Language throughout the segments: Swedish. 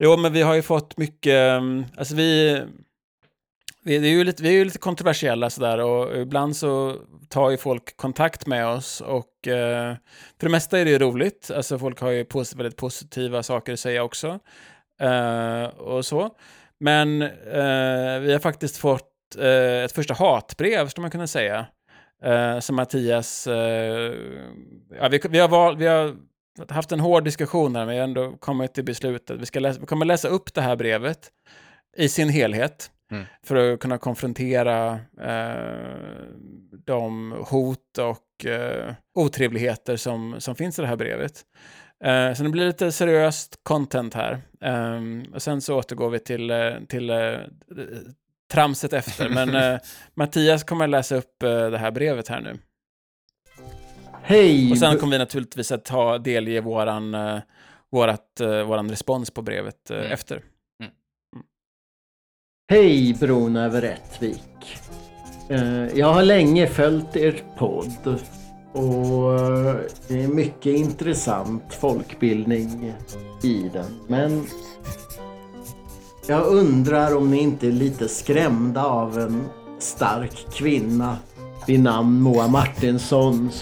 Jo, men vi har ju fått mycket, alltså vi är ju lite kontroversiella sådär, och ibland så tar ju folk kontakt med oss, och för det mesta är det ju roligt, alltså folk har ju väldigt positiva saker att säga också, och så. Men vi har faktiskt fått ett första hatbrev, skulle man kunna säga, som Mattias, vi har haft en hård diskussion här, men vi har ändå kommit till beslutet. Vi kommer läsa upp det här brevet i sin helhet för att kunna konfrontera de hot och otrevligheter som finns i det här brevet. Så det blir lite seriöst content här. Och sen så återgår vi till tramset efter. Men Mattias kommer läsa upp det här brevet här nu. Hej! Och sen kommer vi naturligtvis att ta del i våran respons på brevet efter. Hej bron över Rättvik. Jag har länge följt er podd och det är mycket intressant folkbildning i den. Men jag undrar om ni inte är lite skrämda av en stark kvinna vid namn Moa Martinsson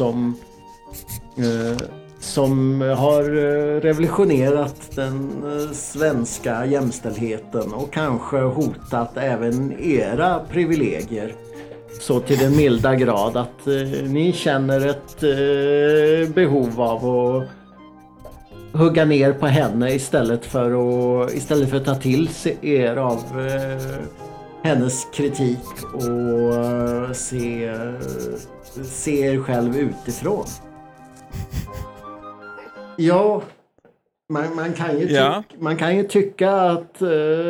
som har revolutionerat den svenska jämställdheten och kanske hotat även era privilegier så till den milda grad att ni känner ett behov av att hugga ner på henne istället för att ta till sig er av hennes kritik och se er själv utifrån. Ja, man kan ju tycka att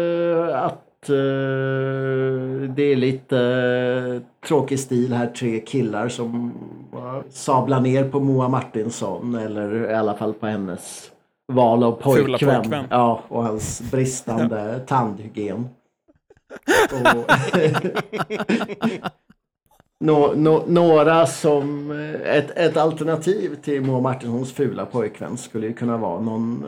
det är lite tråkig stil här, 3 killar som sablar ner på Moa Martinsson, eller i alla fall på hennes val av pojkvän. Ja, och hans bristande tandhygien. Några som ett alternativ till Moa Martinssons fula pojkvän skulle ju kunna vara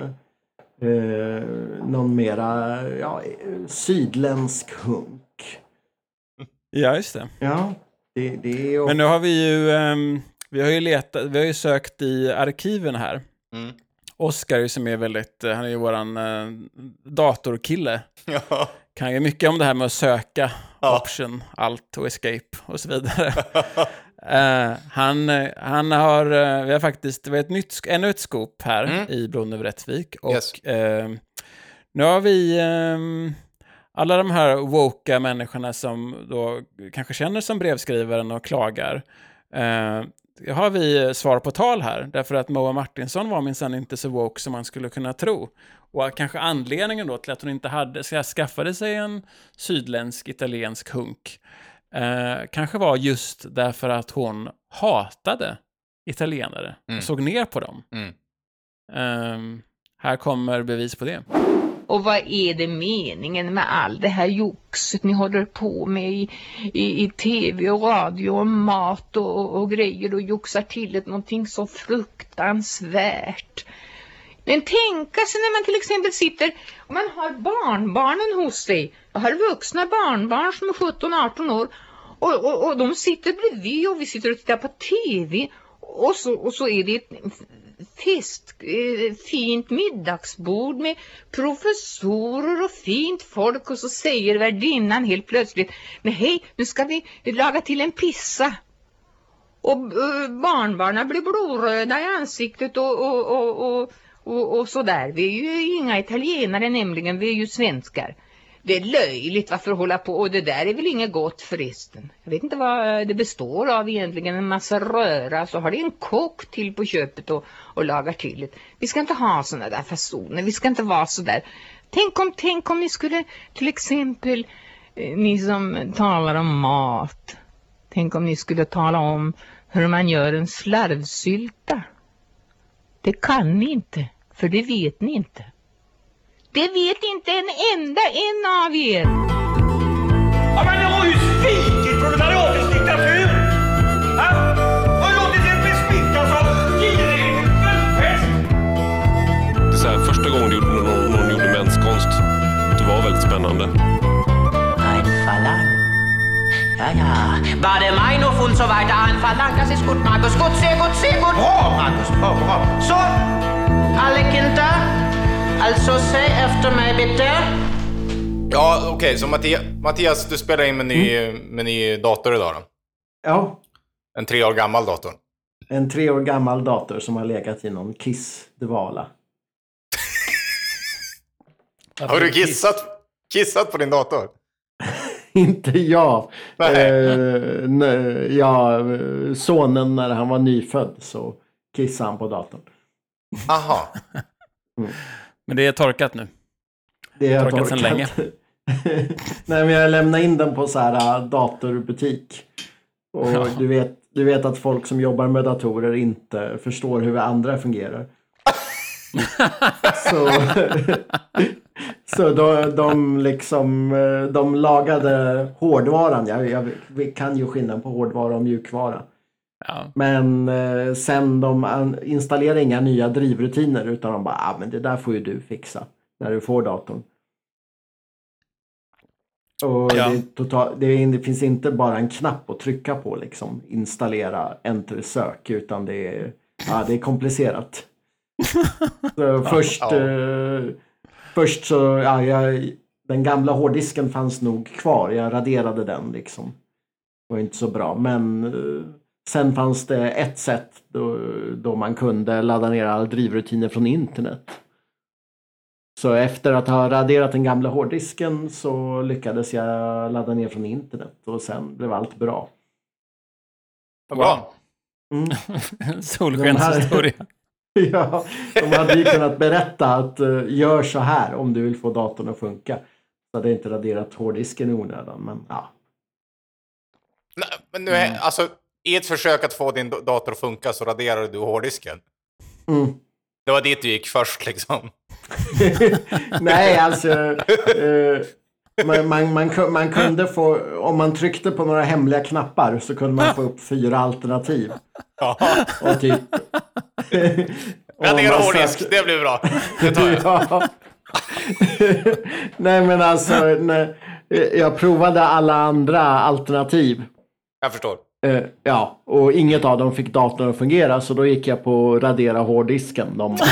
någon mera sydländsk hunk. Ja, just det. Ja, det är Men nu har vi har ju sökt i arkiven här. Oskar som är han är ju våran datorkille. Ja. Kan ju mycket om det här med att söka option, alt och escape och så vidare. Vi har faktiskt ännu ett scoop här i Bron över Rättvik. Och nu har vi alla de här woke människorna som då kanske känner som brevskrivaren och klagar. Har vi svar på tal här, därför att Moa Martinsson var minsann inte så woke som man skulle kunna tro. Och kanske anledningen då till att hon inte skaffade sig en sydländsk italiensk hunk kanske var just därför att hon hatade italienare och såg ner på dem. Här kommer bevis på det. Och vad är det meningen med all det här joxet ni håller på med i tv och radio och mat och grejer och joxar till det någonting så fruktansvärt. Men tänka sig när man till exempel sitter och man har barnbarnen hos sig. Jag har vuxna barnbarn som är 17-18 år och de sitter bredvid och vi sitter och tittar på tv och så är det ett fint middagsbord med professorer och fint folk och så säger värdinnan helt plötsligt: men hej, nu ska vi laga till en pizza. Och barnbarnen blir blodröda i ansiktet och sådär. Vi är ju inga italienare nämligen, vi är ju svenskar. Det är löjligt varför hålla på, och det där är väl inget gott förresten. Jag vet inte vad det består av egentligen, en massa röra, så har det en kock till på köpet och lagar till det. Vi ska inte ha såna där fasoner, vi ska inte vara så där. Tänk om ni skulle till exempel, ni som talar om mat, tänk om ni skulle tala om hur man gör en slarvsylta. Det kan ni inte, för det vet ni inte. Det vet inte en enda av er. Ja, men ni har ju svikit proletariatets diktatur! Ha? Och låtit er besmittas av girighetens pest! Det är så här, första gången någon gjorde menskonst spännande. Ein Verlang. Ja. War der Meinhof und so weiter. Ein Verlang, das ist gut, Markus. Gut, sehr gut, sehr gut. Bra, Markus, bra. Så, alle Kinder. Alltså, säg efter mig, bitte. Ja, okej. Så Mattias, du spelar in med ny dator idag då? Ja. En 3 år gammal dator? En 3 år gammal dator som har legat i någon kissdvala. Har du kissat på din dator? Inte jag. Sonen när han var nyfödd så kissade han på datorn. Aha. Men det är torkat nu. Det har torkat sedan länge. Nej, men jag lämnade in den på så här datorbutik. Och du vet att folk som jobbar med datorer inte förstår hur vi andra fungerar. Så de lagade hårdvaran. Vi kan ju skillnad på hårdvara och mjukvara. Ja. Men sen de installerar inga nya drivrutiner utan de bara, men det där får ju du fixa när du får datorn. Och det finns inte bara en knapp att trycka på liksom, installera enter sök, utan det är komplicerat. Så först så den gamla hårddisken fanns nog kvar. Jag raderade den liksom. Det var inte så bra, men sen fanns det ett sätt då man kunde ladda ner alla drivrutiner från internet. Så efter att ha raderat den gamla hårddisken så lyckades jag ladda ner från internet och sen blev allt bra. Bra. Solskenshistoria. Ja, de hade ju kunnat berätta att gör så här om du vill få datorn att funka. Så hade jag inte raderat hårddisken i onödan, men ja. Nej, men nu är, alltså, i ett försök att få din dator att funka så raderade du hårddisken. Det var dit du gick först liksom. Nej, alltså man kunde få, om man tryckte på några hemliga knappar så kunde man få upp 4 alternativ. Ja. Och typ radera hårddisk, det blir bra. Det tar jag. Ja. Nej, men alltså jag provade alla andra alternativ. Jag förstår. Ja, och inget av dem fick datorn att fungera, så då gick jag på radera hårddisken. Och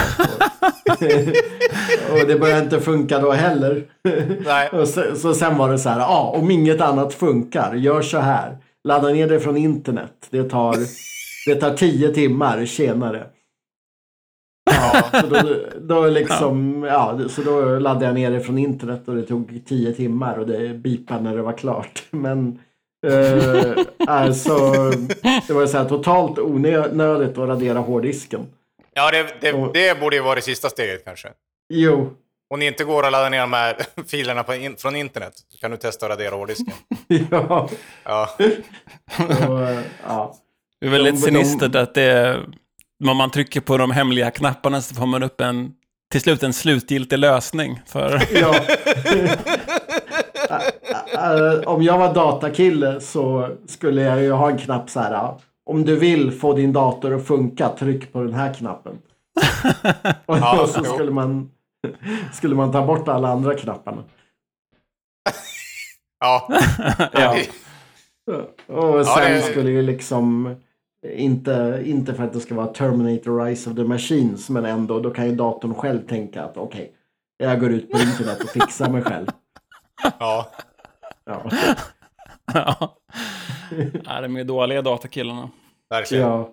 det började inte funka då heller. Nej. Och så sen var det så här, om inget annat funkar, gör så här. Ladda ner det från internet. Det tar 10 timmar senare. Ja, så då liksom, så då laddade jag ner det från internet och det tog 10 timmar och det bipade när det var klart. Men alltså det var så här totalt onödigt att radera hårddisken. Ja, det borde ju vara det sista steget kanske. Jo. Om ni inte går att ladda ner de här filerna från internet så kan du testa att radera hårddisken. Ja. Det är väldigt sinistert att om man trycker på de hemliga knapparna så får man upp till slut en slutgiltig lösning för... Ja. Om jag var datakille så skulle jag ju ha en knapp så här: om du vill få din dator att funka, tryck på den här knappen. Och så skulle man ta bort alla andra knapparna. Ja. Och sen skulle ju liksom inte för att det ska vara Terminator Rise of the Machines, men ändå, då kan ju datorn själv tänka att okej, jag går ut på internet och fixar mig själv. Ja. Ja, de är dåliga datakillarna. Verkligen. Ja.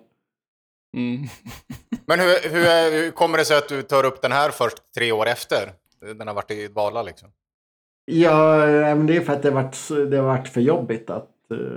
Men hur kommer det sig att du tar upp den här först 3 år efter? Den har varit i dvala liksom. Ja, men det är för att det har varit för jobbigt att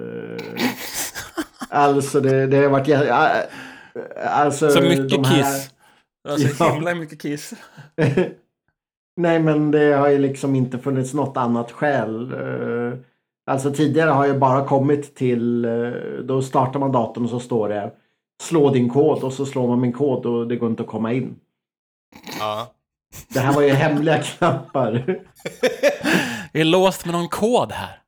alltså det har varit alltså så mycket kiss. Alltså himla mycket kiss. Nej, men det har ju liksom inte funnits något annat skäl. Alltså tidigare har jag bara kommit till, då startar man datorn och så står det slå din kod, och så slår man min kod och det går inte att komma in. Ja. Det här var ju hemliga knappar. Det är låst med någon kod här.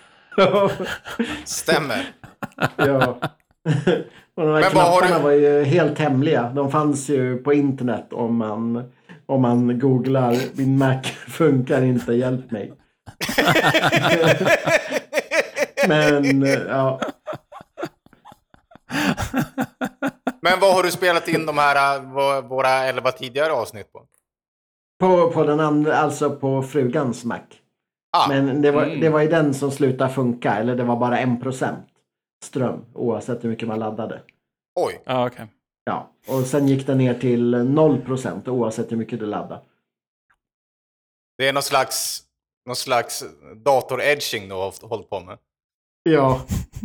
Stämmer. Ja. Och de här knapparna var ju helt hemliga. De fanns ju på internet om man googlar min Mac funkar inte, hjälp mig. Men ja. Men vad har du spelat in de här våra 11 tidigare avsnitt på? På den andra, alltså på frugans Mac. Men det var ju den som slutade funka, eller det var bara 1% ström oavsett hur mycket man laddade. Oj. Ja, okej. Ja, och sen gick den ner till 0% oavsett hur mycket du laddade. Det är någon slags dator-edging du har hållit på med. Ja.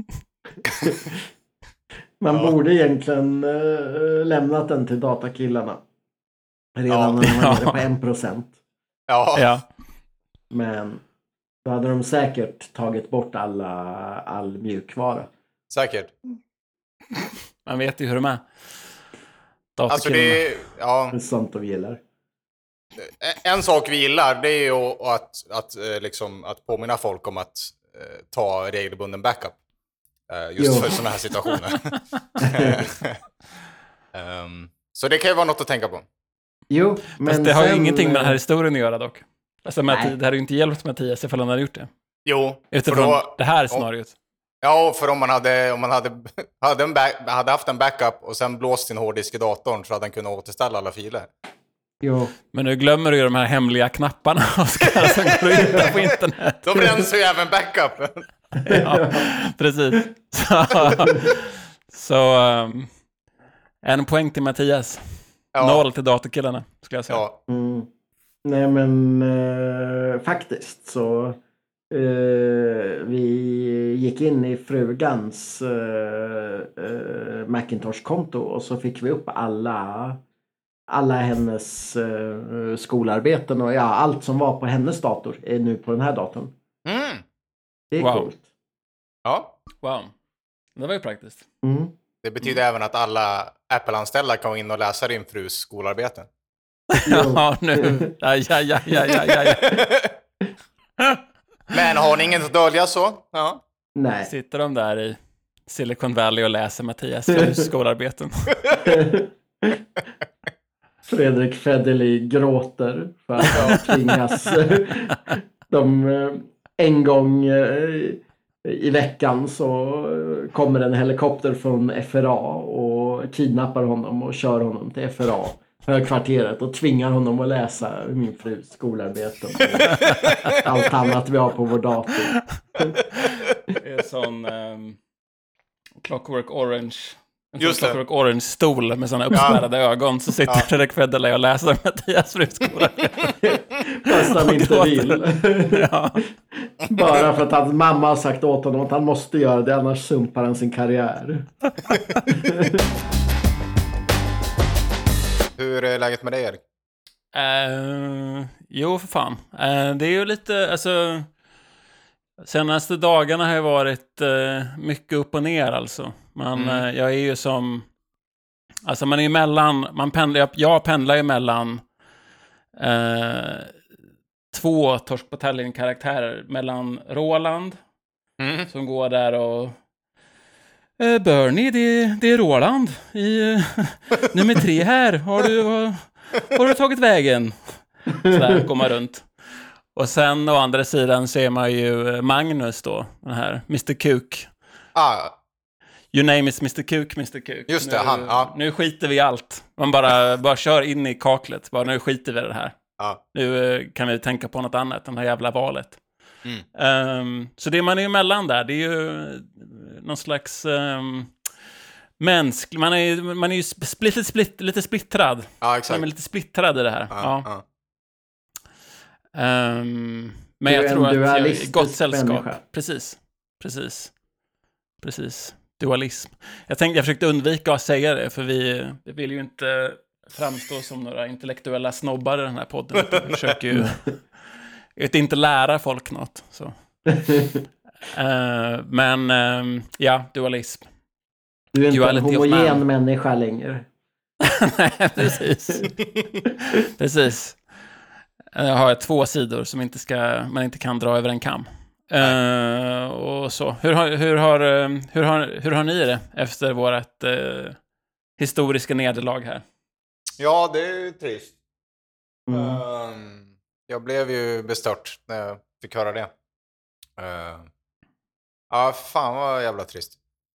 Man borde egentligen lämnat den till datakillarna. Redan när man var nere på 1%. Ja. Men då hade de säkert tagit bort all mjukvara. Säkert. Man vet ju hur de är. Alltså det är, Det är sånt de gillar. En sak vi gillar, det är ju att påminna folk om att ta regelbunden backup. Just för sådana här situationer. Så det kan ju vara något att tänka på. Jo, men fast det har ju ingenting med den här historien att göra dock. Alltså det hade ju inte hjälpt Mattias ifall han hade gjort det. Jo. Utifrån det här scenariot. Ja, för om man hade haft en backup och sen blåst sin hårddisk i datorn så hade den kunnat återställa alla filer. Jo. Men nu glömmer du ju de här hemliga knapparna Oskar, som går att hitta på internet. Då bränns ju även backup. Ja, precis. Så en poäng till Mattias. 0 till datorkillarna, skulle jag säga. Ja. Nej, men faktiskt så vi gick in i frugans Macintosh-konto och så fick vi upp alla hennes skolarbeten och allt som var på hennes dator är nu på den här datorn. Det är coolt. Ja. Wow. Det var ju praktiskt. Det betyder även att alla Apple-anställda kan gå in och läsa din frus skolarbeten. Ja, nu. Ja. Men har ni inget att dölja så? Ja. Nej. Sitter de där i Silicon Valley och läser Mattias frus skolarbeten. Fredrik Federley gråter för att tvingas en gång i veckan så kommer en helikopter från FRA och kidnappar honom och kör honom till FRA högkvarteret och tvingar honom att läsa min frus skolarbeten och allt annat vi har på vår dator. Det är sån Clockwork Orange. Just det. Clockwork Orange-stol med sådana uppspärrade ögon, så sitter Fredrik Federley och läser Mattias frus skolarbeten. Fast han inte vill. Ja. Bara för att hans mamma har sagt åt honom att han måste göra det, annars sumpar han sin karriär. Hur är läget med dig, Erik? Jo, för fan. Det är ju lite, alltså... Senaste dagarna har ju varit mycket upp och ner, alltså. Jag är ju som... Alltså man är ju mellan... Jag pendlar ju mellan... 2 Torsk på Tallinn-karaktärer. Mellan Roland, som går där och... Bernie, det är Roland. I nummer 3 här. Har du tagit vägen? Sådär, går man runt. Och sen å andra sidan ser man ju Magnus då. Den här Mr. Kuk. You name is Mr. Kuk, Mr. Kuk. Just det, Nu skiter vi i allt. Man bara kör in i kaklet. Bara nu skiter vi i det här. Nu kan vi tänka på något annat, det här jävla valet. Så det man är emellan där, det är ju någon slags mänsklig... Man är ju lite splittrad. Ja, exakt. Man är lite splittrad i det här. Ja. Men jag tror att jag är gott sällskap. Människa. Precis. Dualism. Jag försökte undvika att säga det, för vi vill ju inte framstå som några intellektuella snobbar i den här podden. Vi försöker ju inte lära folk något. Så. Men dualism. Du är inte en homogen människa längre. Nej, precis. Jag har 2 sidor som man inte kan dra över en kam. Och så. Hur har ni det efter vårt historiska nederlag här? Ja, det är trist. Jag blev ju bestört när jag fick höra det. Ja, fan vad jävla trist.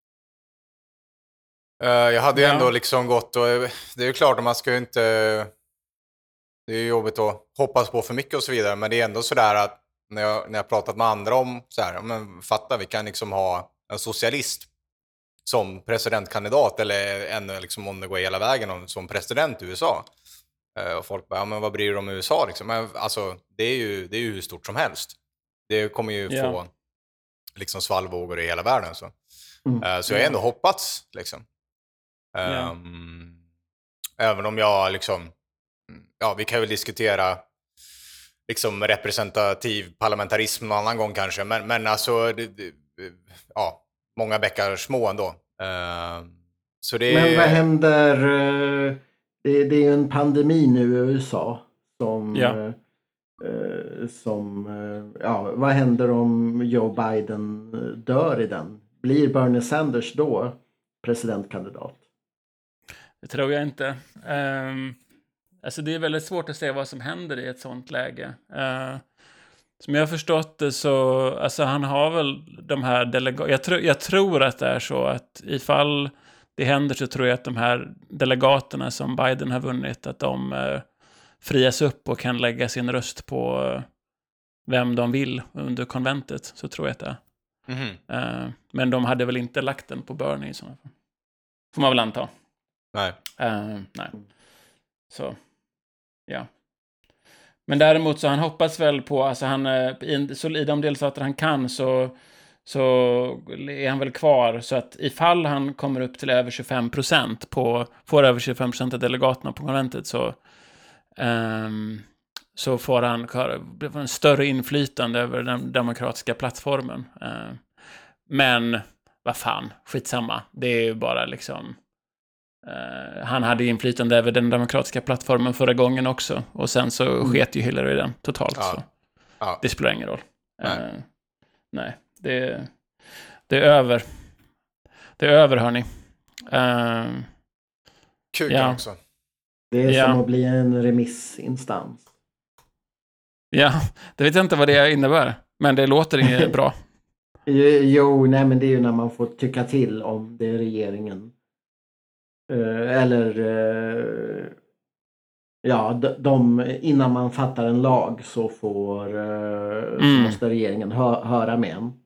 Jag hade ju ändå liksom gått och det är ju klart att man ska ju inte... Det är ju jobbigt att hoppas på för mycket och så vidare, men det är ändå sådär att när jag pratat med andra om så här, men fatta, vi kan liksom ha en socialist som presidentkandidat eller ännu liksom om det går hela vägen som president i USA. Och folk bara, ja, men vad bryr du om USA liksom? Men alltså, det är ju hur stort som helst. Det kommer ju få liksom svallvågor i hela världen. Så jag har ändå hoppats liksom. Även om jag liksom, ja, vi kan väl diskutera liksom representativ parlamentarism någon annan gång kanske, men alltså ja, många bäckar små ändå. Så det... Men vad händer, det är ju en pandemi nu i USA vad händer om Joe Biden dör i den? Blir Bernie Sanders då presidentkandidat? Det tror jag inte. Alltså det är väldigt svårt att se vad som händer i ett sånt läge. Som jag har förstått det så, alltså han har väl de här jag tror att det är så att ifall det händer så tror jag att de här delegaterna som Biden har vunnit, att de frias upp och kan lägga sin röst på vem de vill under konventet, så tror jag att det är. Men de hade väl inte lagt den på Bernie i sådana fall. Får man väl anta. Nej. Nej. Så, ja. Men däremot så han hoppas väl på, alltså han, i de delstater han kan så är han väl kvar, så att ifall han kommer upp till över 25% får över 25% av delegaterna på konventet så får han en större inflytande över den demokratiska plattformen. Men vad fan, skitsamma. Det är ju bara liksom han hade inflytande över den demokratiska plattformen förra gången också, och sen så sket ju Hillary den totalt. Så det spelar ingen roll. Nej, det är över. Det är över, hörni. Kuken också. Det är som att bli en remissinstans. Ja, det vet jag inte vad det innebär, men det låter inget bra. Jo, nej, men det är ju när man får tycka till om det är regeringen. Innan man fattar en lag så så måste regeringen höra med en.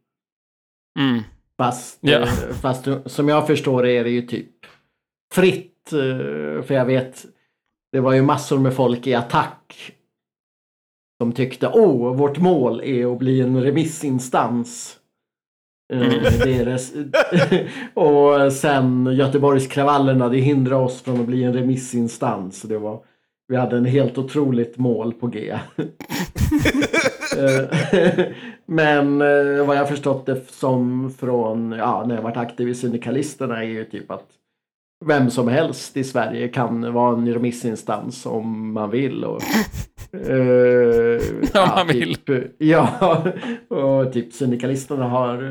Fast som jag förstår det är det ju typ fritt, för jag vet det var ju massor med folk i Attack som tyckte vårt mål är att bli en remissinstans. Och sen Göteborgskravallerna, det hindrar oss från att bli en remissinstans. Vi hade en helt otroligt mål på G. Men vad jag förstått det som från när jag varit aktiv i Syndikalisterna är ju typ att vem som helst i Sverige kan vara en remissinstans om man vill. Och, om man vill. Och typ Syndikalisterna har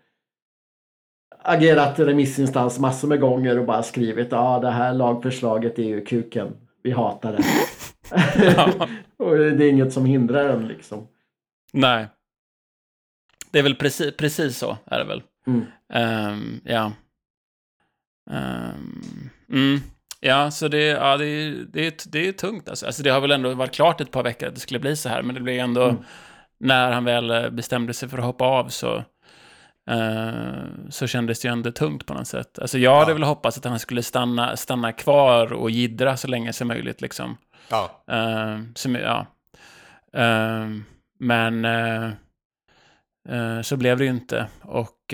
agerat remissinstans massor med gånger och bara skrivit det här lagförslaget är ju kuken. Vi hatar det. Och det är inget som hindrar en liksom. Nej. Det är väl precis så är det väl. Ja, så det är tungt alltså. Alltså det har väl ändå varit klart ett par veckor att det skulle bli så här, men det blev ändå när han väl bestämde sig för att hoppa av så kändes det ju ändå tungt på något sätt. Alltså jag hade väl hoppats att han skulle stanna kvar och jiddra så länge som möjligt liksom. Men så blev det ju inte. Och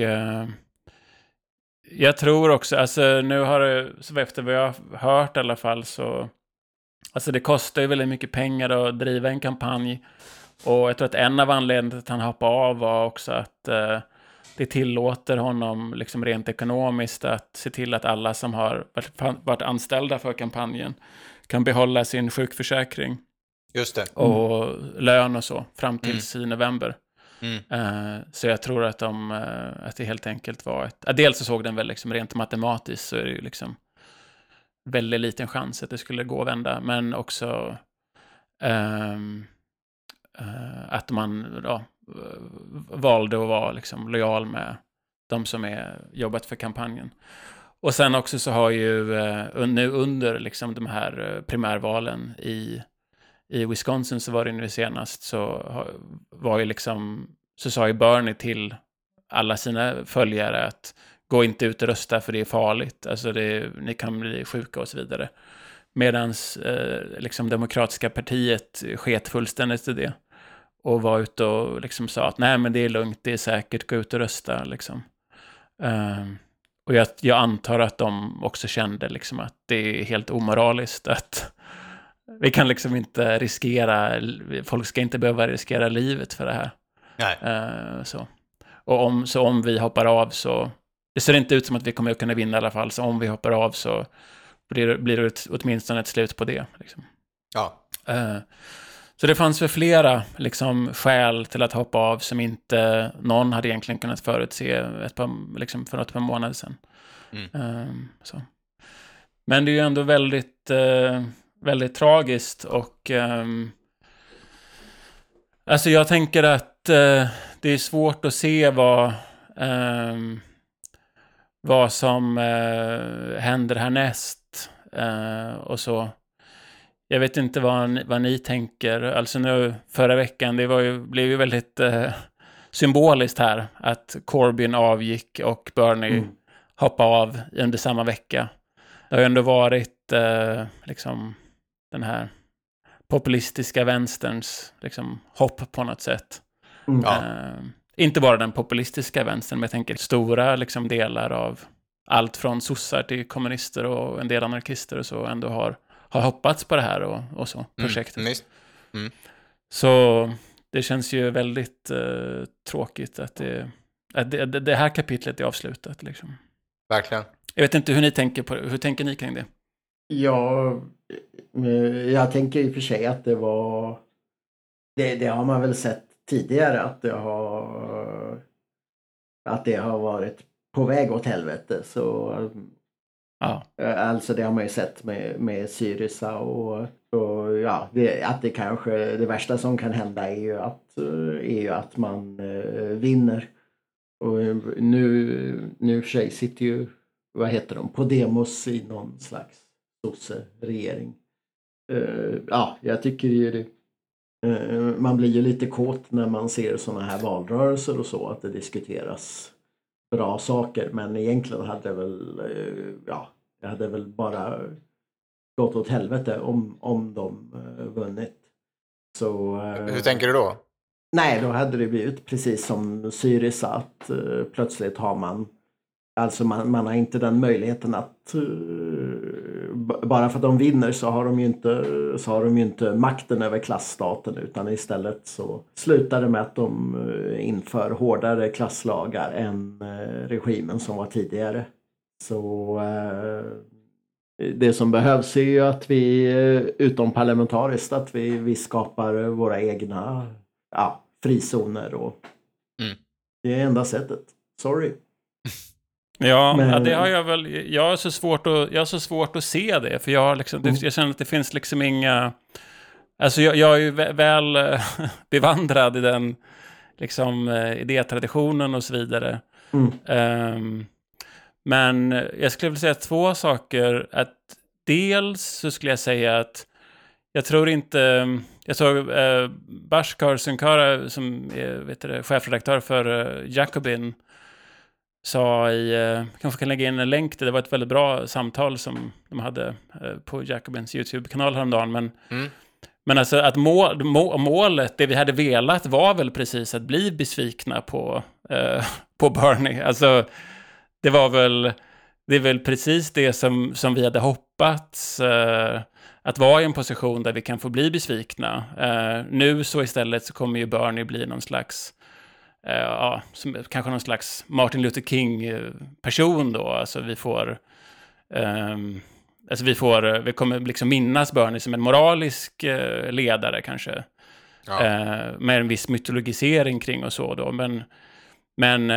jag tror också, alltså nu har det, så efter vad jag har hört i alla fall, så alltså det kostar ju väldigt mycket pengar att driva en kampanj, och jag tror att en av anledningarna till att han hoppade av var också att det tillåter honom liksom rent ekonomiskt att se till att alla som har varit anställda för kampanjen kan behålla sin sjukförsäkring. Just det. Och lön och så fram till i november. Så jag tror att att det helt enkelt var dels så såg den väl liksom rent matematiskt, så är det ju liksom väldigt liten chans att det skulle gå att vända, men också att man valde att vara liksom lojal med de som är jobbat för kampanjen. Och sen också så har ju nu under liksom de här primärvalen i Wisconsin, så var det nu senast, var ju liksom, så sa ju Bernie till alla sina följare att gå inte ut och rösta för det är farligt, alltså ni kan bli sjuka och så vidare. Medans liksom demokratiska partiet sket fullständigt i det och var ute och liksom sa att nej, men det är lugnt, det är säkert, gå ut och rösta liksom. Och jag antar att de också kände liksom att det är helt omoraliskt, att vi kan liksom inte riskera, folk ska inte behöva riskera livet för det här. Nej. Så. Och om vi hoppar av, så det ser inte ut som att vi kommer att kunna vinna i alla fall, så om vi hoppar av så blir det åtminstone ett slut på det liksom. Ja. Så det fanns för flera liksom skäl till att hoppa av som inte någon hade egentligen kunnat förutse för ett par månader sedan. Så. Men det är ju ändå väldigt, väldigt tragiskt, och alltså jag tänker att det är svårt att se vad som händer härnäst och så. Jag vet inte vad ni tänker. Alltså nu förra veckan, blev ju väldigt symboliskt här att Corbyn avgick och Bernie hoppade av under samma vecka. Det har ju ändå varit liksom den här populistiska vänsterns liksom hopp på något sätt. Inte bara den populistiska vänstern, men jag tänker stora liksom delar av allt från sossar till kommunister och en del anarkister och så ändå har hoppats på det här och så, projektet. Så det känns ju väldigt tråkigt att det här kapitlet är avslutat liksom. Verkligen. Jag vet inte hur ni tänker på det. Hur tänker ni kring det? Ja, jag tänker i och för sig att det var... Det har man väl sett tidigare, att det har varit på väg åt helvete. Så, ja. Alltså det har man ju sett med Syriza och ja, att det kanske det värsta som kan hända är ju att man vinner. Och nu för sig sitter ju, vad heter de, Podemos i någon slags sosse-regering. Ja, jag tycker ju det. Man blir ju lite kåt när man ser såna här valrörelser och så, att det diskuteras bra saker, men egentligen hade det hade väl bara gått åt helvete om de vunnit. Så, hur tänker du då? Nej, då hade det blivit precis som Syriza, att plötsligt har man har inte den möjligheten att bara för att de vinner så har de ju inte makten över klassstaten, utan istället så slutar det med att de inför hårdare klasslagar än regimen som var tidigare. Så det som behövs är ju att vi utom parlamentariskt att vi skapar våra egna frizoner, och det är enda sättet. Sorry. Ja, det har jag väl. Jag har så svårt att se det, för jag känner att det finns liksom inga. Alltså jag är ju väl bevandrad i den liksom idétraditionen och så vidare. Men jag skulle vilja säga två saker. Att dels så skulle jag säga att jag tror inte. Jag såg Bhaskar Sunkara som är chefredaktör för Jacobin sa kanske kan lägga in en länk till, det var ett väldigt bra samtal som de hade på Jacobins YouTube-kanal häromdagen, men alltså att målet, det vi hade velat var väl precis att bli besvikna på Bernie. Alltså det är väl precis det som vi hade hoppats, att vara i en position där vi kan få bli besvikna. Nu så istället så kommer ju Bernie bli någon slags kanske någon slags Martin Luther King-person då. Alltså vi kommer liksom minnas Bernie som en moralisk ledare kanske. Ja. Med en viss mytologisering kring och så då. Men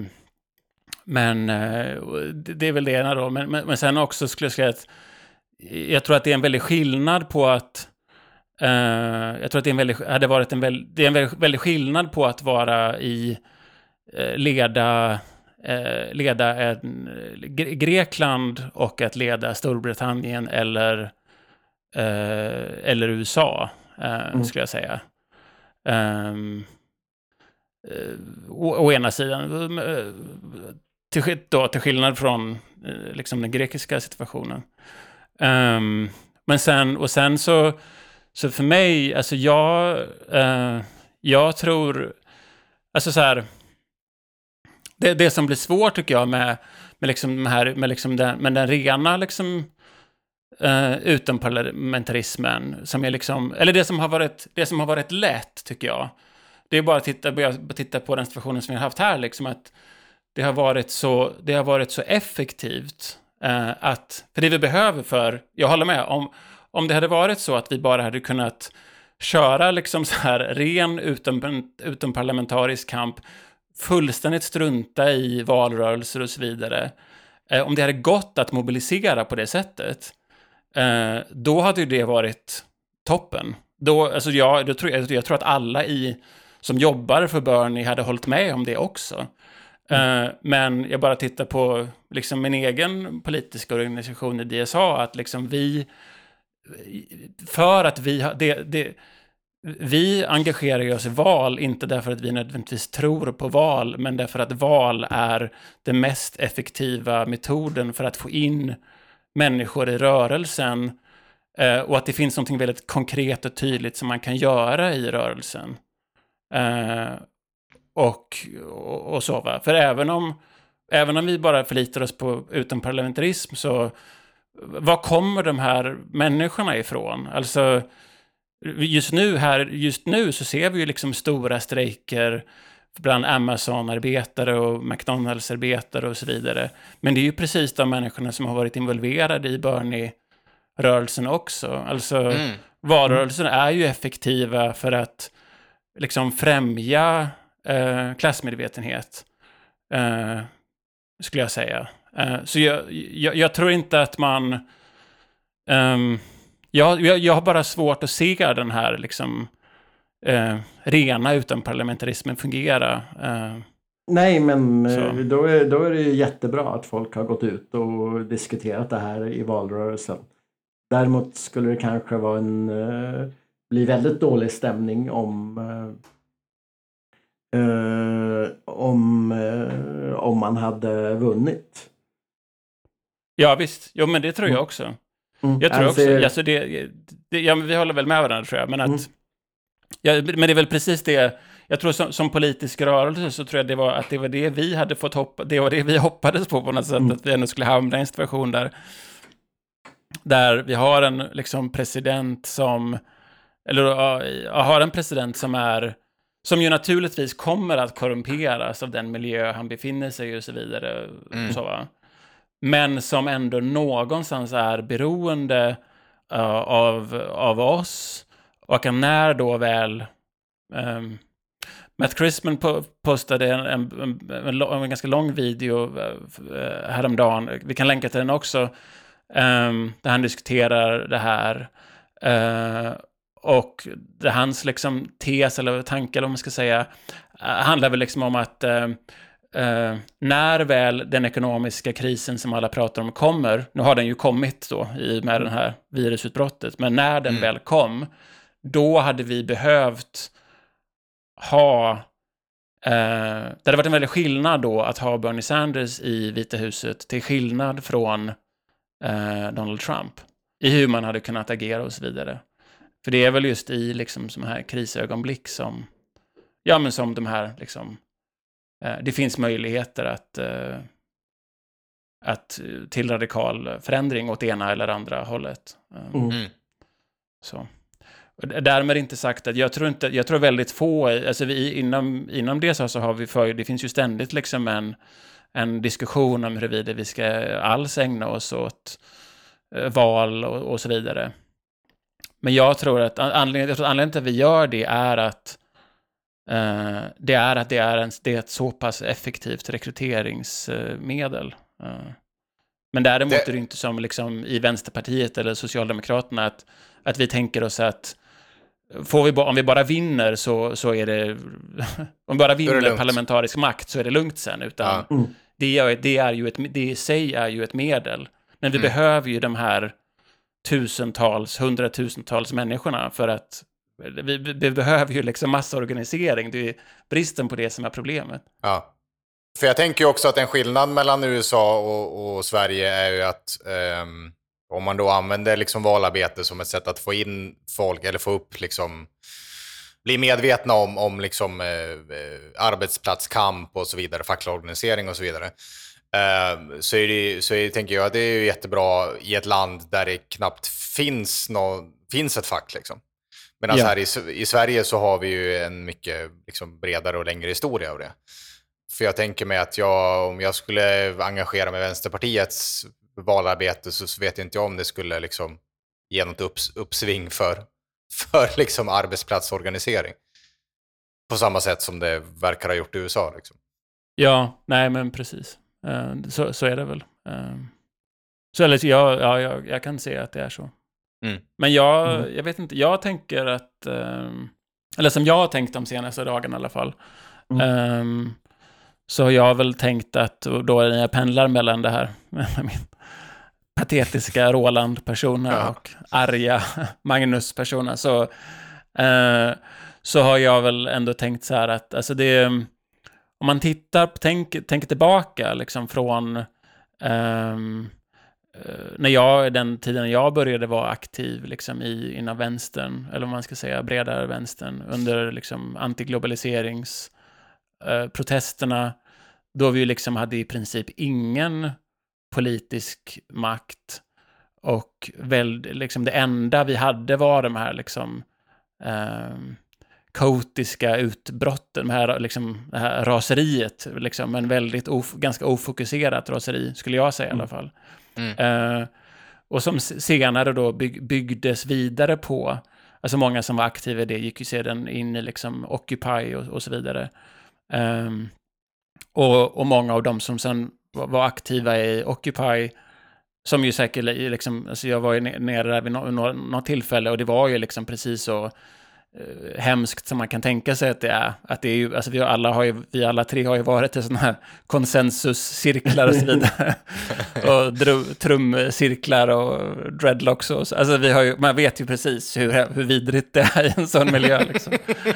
det är väl det ena då. Men sen också skulle jag säga att jag tror att det är en väldig skillnad på att Jag tror att det är en väldig skillnad på att vara leda Grekland och att leda Storbritannien eller USA, skulle jag säga. Å ena sidan, till skillnad från liksom den grekiska situationen. Men sen så för mig, alltså jag tror, alltså så här, det som blir svårt tycker jag med den rena liksom utomparlamentarismen, som är liksom, eller det som har varit lätt tycker jag. Det är bara att titta på den situationen som vi har haft här, liksom, att det har varit så effektivt att, för det vi behöver, jag håller med, om det hade varit så att vi bara hade kunnat köra liksom så här ren utomparlamentarisk kamp, fullständigt strunta i valrörelser och så vidare, om det hade gått att mobilisera på det sättet, då hade ju det varit toppen. Jag tror att alla som jobbar för Bernie hade hållit med om det också. Men jag bara tittar på liksom min egen politiska organisation i DSA, att liksom vi engagerar oss i val, inte därför att vi nödvändigtvis tror på val, men därför att val är den mest effektiva metoden för att få in människor i rörelsen, och att det finns något väldigt konkret och tydligt som man kan göra i rörelsen. Och så, va? För även om vi bara förlitar oss på utomparlamentarism, så var kommer de här människorna ifrån? Alltså just nu så ser vi ju liksom stora strejker bland Amazon-arbetare och McDonalds-arbetare och så vidare. Men det är ju precis de människorna som har varit involverade i Bernie-rörelsen också. Alltså valrörelsen är ju effektiva för att liksom främja klassmedvetenhet, skulle jag säga. Så jag tror inte att man... Jag har bara svårt att se den här liksom, rena utomparlamentarismen fungera. Nej, men då är det ju jättebra att folk har gått ut och diskuterat det här i valrörelsen. Däremot skulle det kanske vara bli väldigt dålig stämning om man hade vunnit. Ja visst, jo men det tror jag också. Jag tror också, alltså vi håller väl med varandra tror jag, men att men det är väl precis det, jag tror som politisk rörelse så tror jag det var det vi hade fått det var det vi hoppades på något sätt, att vi ändå skulle hamna i en situation där vi har en liksom president som som ju naturligtvis kommer att korrumperas av den miljö han befinner sig i och så vidare, så va? Men som ändå någonstans är beroende av oss, och när då väl Matt Christman postade en ganska lång video häromdagen, vi kan länka till den också, där han diskuterar det här, och det hans liksom tes eller tanke, eller vad man ska säga, handlar väl liksom om att när väl den ekonomiska krisen som alla pratar om kommer, nu har den ju kommit då med den här virusutbrottet, men när den väl kom, då hade vi behövt ha det hade varit en väldig skillnad då att ha Bernie Sanders i Vita huset till skillnad från Donald Trump, i hur man hade kunnat agera och så vidare. För det är väl just i liksom såna här krisögonblick som de här liksom, det finns möjligheter att till radikal förändring åt ena eller andra hållet. Så. Därmed inte sagt att jag tror väldigt få, alltså inom det så har vi det finns ju ständigt liksom en diskussion om huruvida vi ska alls ägna oss åt val och så vidare. Men jag tror att anledningen till att vi gör det är att det är ett så pass effektivt rekryteringsmedel. Men däremot är det inte som liksom i Vänsterpartiet eller Socialdemokraterna att vi tänker oss att om vi bara vinner så är det om vi bara vinner parlamentarisk makt så är det lugnt sen, utan det i sig är ju ett medel, men vi behöver ju de här hundratusentals människorna för att vi behöver ju liksom massorganisering. Det är bristen på det som är problemet. Ja. För jag tänker ju också att en skillnad mellan USA och Sverige är ju att om man då använder liksom valarbete som ett sätt att få in folk eller få upp liksom, bli medvetna om liksom arbetsplatskamp och så vidare, facklig organisering och så vidare, så tänker jag att det är ju jättebra i ett land där det knappt finns ett fack liksom. Medan här i Sverige så har vi ju en mycket liksom bredare och längre historia av det. För jag tänker mig att om jag skulle engagera mig i Vänsterpartiets valarbete så vet inte jag om det skulle liksom ge något uppsving för liksom arbetsplatsorganisering. På samma sätt som det verkar ha gjort i USA. Liksom. Ja, nej men precis. Så är det väl. Jag kan se att det är så. Men jag vet inte, jag tänker att eller som jag har tänkt de senaste dagarna i alla fall, så har jag väl tänkt att då när jag pendlar mellan det här med min patetiska Roland-persona och arga Magnus-persona, så har jag väl ändå tänkt så här att alltså det, om man tänker tillbaka liksom från den tiden jag började vara aktiv liksom inom vänstern, eller vad man ska säga, bredare vänstern, under liksom antiglobaliseringsprotesterna, då vi liksom hade i princip ingen politisk makt, och liksom det enda vi hade var de här liksom kaotiska utbrotten, det här raseriet liksom, men väldigt ganska ofokuserat raseri, skulle jag säga i alla fall. Och som senare då byggdes vidare på, alltså många som var aktiva i det gick ju sedan in i liksom Occupy och så vidare. Och många av dem som sen var aktiva i Occupy, som ju säkert liksom, alltså jag var ju nere där vid något tillfälle, och det var ju liksom precis så hemskt som man kan tänka sig att det är. Att det är ju, alltså vi alla tre har ju varit i sådana här konsensuscirklar och så vidare. Och trumcirklar och dreadlocks och så. Alltså man vet ju precis hur vidrigt det är i en sån miljö liksom.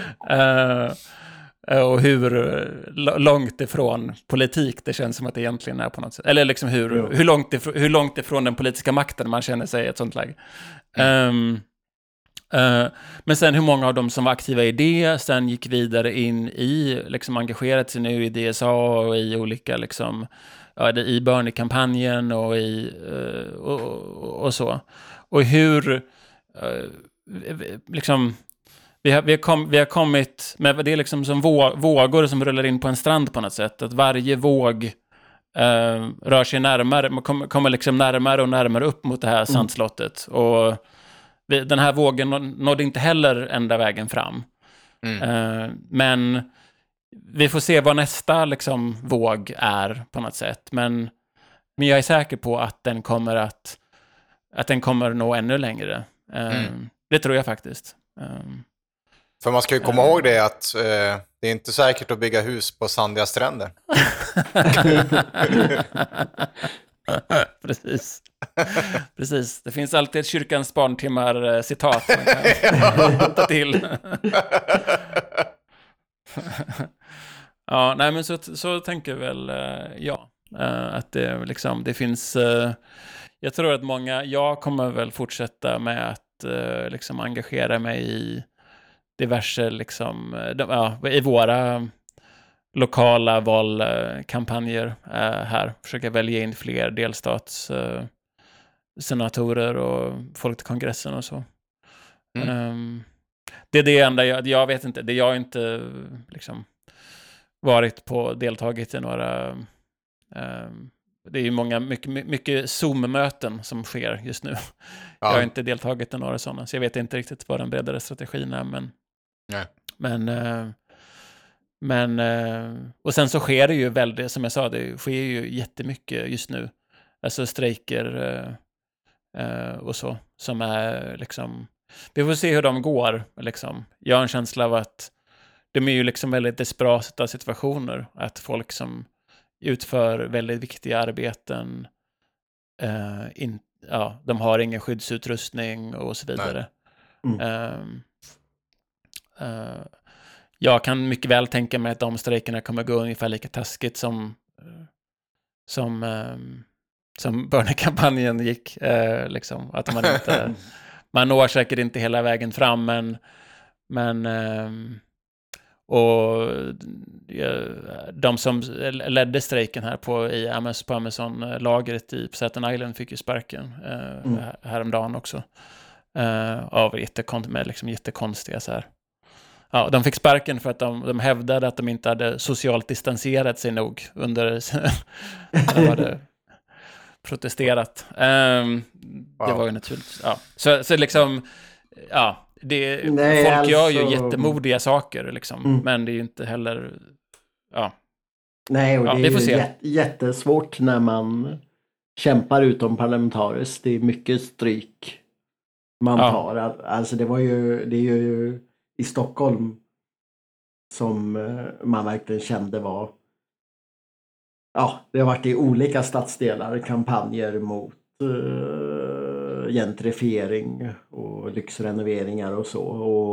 Och hur långt ifrån politik det känns som att det egentligen är på något sätt. Eller liksom hur långt ifrån den politiska makten man känner sig i ett sånt läge. Men sen hur många av dem som var aktiva i det sen gick vidare in i, liksom engagerat sig nu i DSA och i olika liksom, i Bernie-kampanjen och och så. Och hur liksom vi har kommit med, det är liksom som vågor som rullar in på en strand på något sätt, att varje våg rör sig närmare, man kommer liksom närmare och närmare upp mot det här sandslottet, och den här vågen nådde inte heller ända vägen fram. Men vi får se vad nästa liksom våg är på något sätt, men jag är säker på att den kommer nå ännu längre. Det tror jag faktiskt. För man ska ju komma ihåg det att det är inte säkert att bygga hus på sandiga stränder. Precis. Det finns alltid ett kyrkans barntimmar citat man kan ta till. Ja, nej men så tänker väl att det liksom, det finns, jag tror att jag kommer väl fortsätta med att liksom engagera mig i diverse liksom, i våra lokala valkampanjer här. Försöka välja in fler delstatssenatorer och folk till kongressen och så. Det är det enda jag vet inte. Det jag har inte liksom deltagit i några. Det är ju mycket Zoom-möten som sker just nu. Jag har inte deltagit i några sådana, så jag vet inte riktigt vad den bredare strategin är, men och sen så sker det ju väldigt, som jag sa, det sker ju jättemycket just nu. Alltså strejker och så, som är liksom vi får se hur de går. Liksom. Jag har en känsla av att de är ju liksom väldigt desperata situationer. Att folk som utför väldigt viktiga arbeten de har ingen skyddsutrustning och så vidare. Jag kan mycket väl tänka mig att de strejkerna kommer gå ungefär lika taskigt som Bernie-kampanjen gick. Liksom. Att man når säkert inte hela vägen fram, men och de som ledde strejken här på Amazon-lagret på Staten Island fick ju sparken häromdagen också. Av jättekonstiga så här. Ja, de fick sparken för att de hävdade att de inte hade socialt distanserat sig nog under de hade protesterat. Det var ju naturligt. Ja. Så liksom, ja, folk gör ju jättemodiga saker liksom, men det är ju inte heller, ja. Nej, och det är ju jättesvårt när man kämpar utom parlamentariskt. Det är mycket stryk man tar. Alltså det är ju i Stockholm som man verkligen kände var, det har varit i olika stadsdelar kampanjer mot gentrifiering och lyxrenoveringar och så.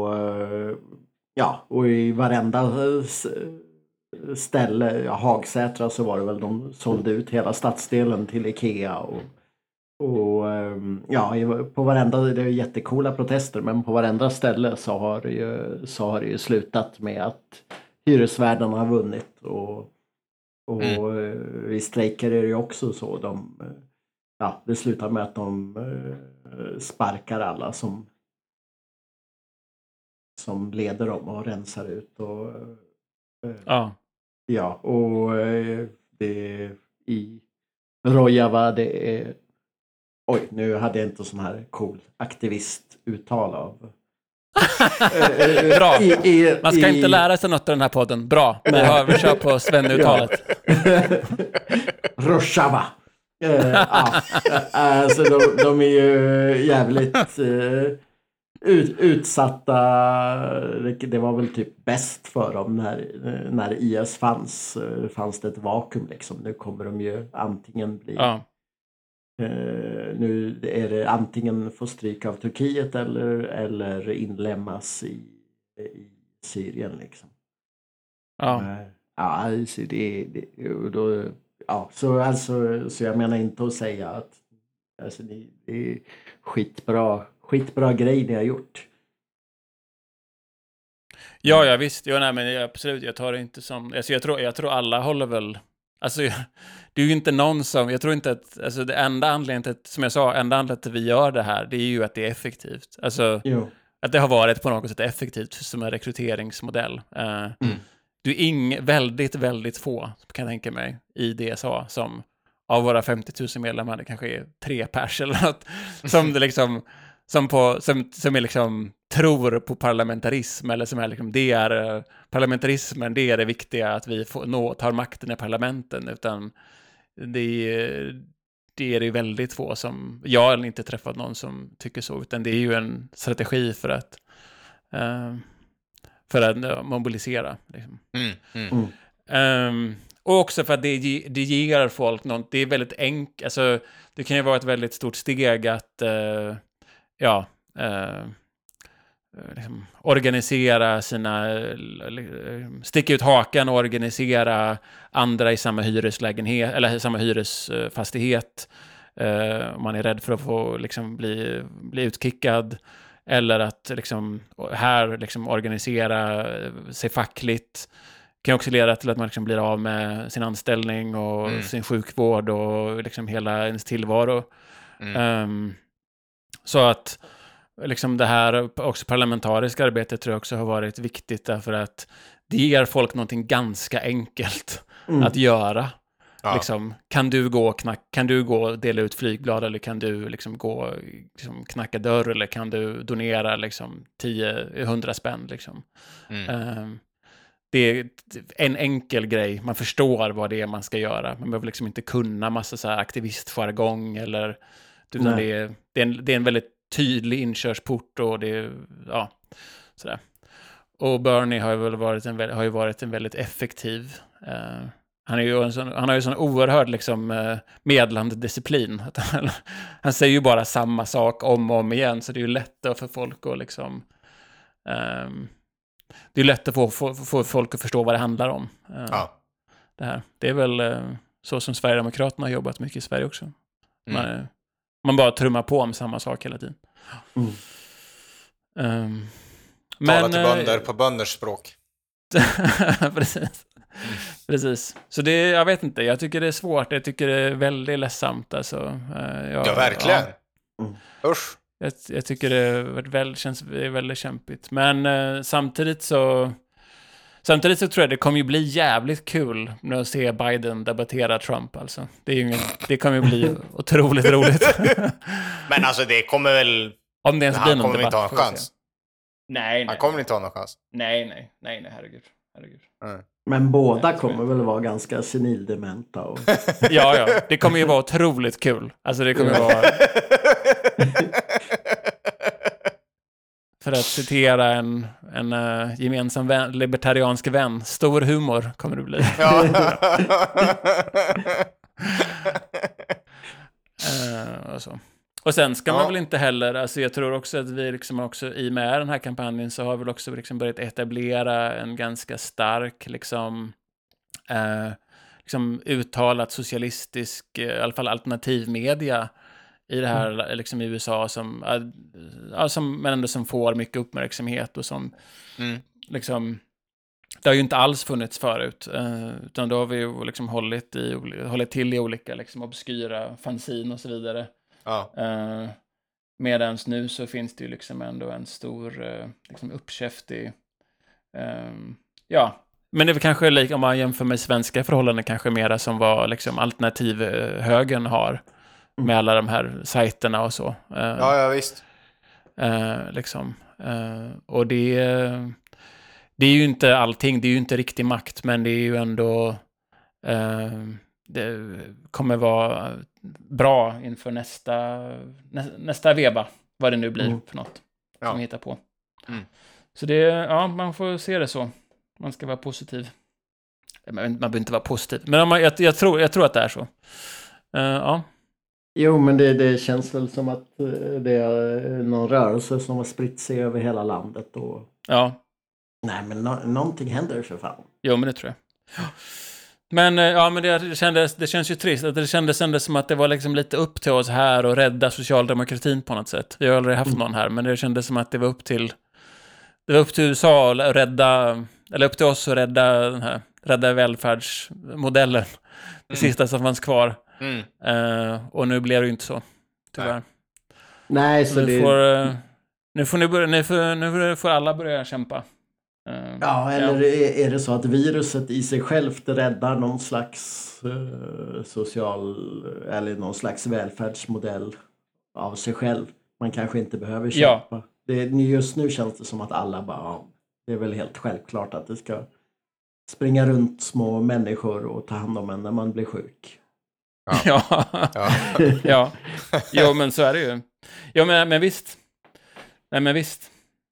Och i varenda ställe, Hagsätra, så var det väl de sålde ut hela stadsdelen till Ikea på varenda, det är jättekola protester, men på varenda ställe så har det ju slutat med att hyresvärdarna har vunnit och i strejker är det ju också så. Det slutar med att de sparkar alla som leder dem och rensar ut och det i Rojava, det är nu hade jag inte sån här cool aktivistuttal av bra. Man ska inte lära sig något av den här podden. Bra. Vi kör på Sven-uttalet. Rojava. Alltså de är ju jävligt utsatta. Det var väl typ bäst för dem när IS fanns det ett vakuum liksom. Nu kommer de ju antingen bli nu är det antingen få stryk av Turkiet eller inlämnas i Syrien liksom. Så jag menar inte att säga att alltså, det är skitbra grej ni har gjort. Ja, visst. Men absolut, jag tar det inte som, alltså, jag tror alla håller väl, alltså det är ju inte någon som, jag tror inte att, alltså det enda anledningen till, som jag sa, enda anledningen till att vi gör det här, det är ju att det är effektivt. Alltså att det har varit på något sätt effektivt som en rekryteringsmodell. Du är väldigt, väldigt få, kan jag tänka mig, i DSA som av våra 50 000 medlemmar, det kanske är 3 pers eller något, som det liksom, som är liksom tror på parlamentarism, eller som är liksom, det är parlamentarismen, det är det viktiga, att vi tar makten i parlamenten, utan det är det väldigt få som, jag har inte träffat någon som tycker så, utan det är ju en strategi för att mobilisera liksom. Och också för att det ger folk något, det är väldigt enkelt, alltså det kan ju vara ett väldigt stort steg att liksom organisera sticka ut hakan och organisera andra i samma hyreslägenhet eller samma hyresfastighet. Man är rädd för att få liksom bli utkickad, eller att liksom här liksom organisera sig fackligt. Kan också leda till att man liksom blir av med sin anställning och sin sjukvård och liksom hela ens tillvaro. Så att liksom det här också parlamentariska arbetet tror jag också har varit viktigt, därför att det ger folk någonting ganska enkelt att göra. Liksom, kan du gå och dela ut flygblad, eller kan du liksom gå liksom knacka dörr, eller kan du donera liksom 100 spänn liksom. Det är en enkel grej, man förstår vad det är man ska göra, man behöver liksom inte kunna massa så här aktivistjargong, eller utan det är en väldigt tydlig inkörsport och det, ja, sådär. Och Bernie har ju varit en väldigt effektiv, han har ju sån oerhörd liksom medlande disciplin. Han säger ju bara samma sak om och om igen, så det är ju lättare för folk att liksom det är lätt att få folk att förstå vad det handlar om. Det här. Det är väl så som Sverigedemokraterna har jobbat mycket i Sverige också. Man bara trummar på om samma sak hela tiden. Tala till bönder på bönders språk. Precis. Så det, jag vet inte, jag tycker det är svårt. Jag tycker det är väldigt ledsamt. Alltså. Ja, verkligen. Usch. Jag tycker det känns väldigt kämpigt. Men samtidigt så tror jag det kommer ju bli jävligt kul när att se Biden debattera Trump. Alltså. Det kommer ju bli otroligt roligt. Men alltså det kommer väl... Om det ens blir någon kommer debatt. Inte ha en chans. Nej. Han kommer inte ha någon chans. Nej, herregud. Men båda kommer väl vara ganska senildementa. Och... ja, det kommer ju vara otroligt kul. Alltså det kommer vara... För att citera en gemensam libertariansk vän. Stor humor kommer det bli. Och så. Och sen ska man väl inte heller, alltså jag tror också att vi liksom också i med den här kampanjen så har vi också liksom börjat etablera en ganska stark liksom uttalat socialistisk, i alla fall alternativmedia i det här liksom i USA som men ändå som får mycket uppmärksamhet och som liksom det har ju inte alls funnits förut utan då har vi ju liksom hållit till i olika liksom obskyra fanzine och så vidare. Medans nu så finns det ju liksom ändå en stor liksom uppkäftig men det är väl kanske om man jämför med svenska förhållanden kanske mera som var liksom alternativ högern har med alla de här sajterna och så. Ja, visst. Liksom. Och det är ju inte allting, det är ju inte riktig makt, men det är ju ändå det kommer vara bra inför nästa veva, vad det nu blir för något som vi hittar på. Så det, man får se det så. Man ska vara positiv. Man behöver inte vara positiv, men jag tror att det är så. Jo, men det känns väl som att det är någon rörelse som har spritt sig över hela landet. Och... Ja. Nej, men någonting händer för fan. Jo, men det tror jag. Men det känns ju trist. Att det kändes ändå som att det var liksom lite upp till oss här och rädda socialdemokratin på något sätt. Jag har aldrig haft någon här, men det kändes som att det var upp till USA att rädda, eller upp till oss att rädda välfärdsmodellen. Det sista som fanns kvar. Och nu blev det ju inte så, tyvärr. Nej, så nu får alla börja kämpa. Eller är det så att viruset i sig självt räddar någon slags social eller någon slags välfärdsmodell av sig själv? Man kanske inte behöver kämpa. Just nu känns det som att alla bara, det är väl helt självklart att det ska springa runt små människor och ta hand om en när man blir sjuk. Ja. Jo, men så är det ju. Jo, men visst. Nej, men visst.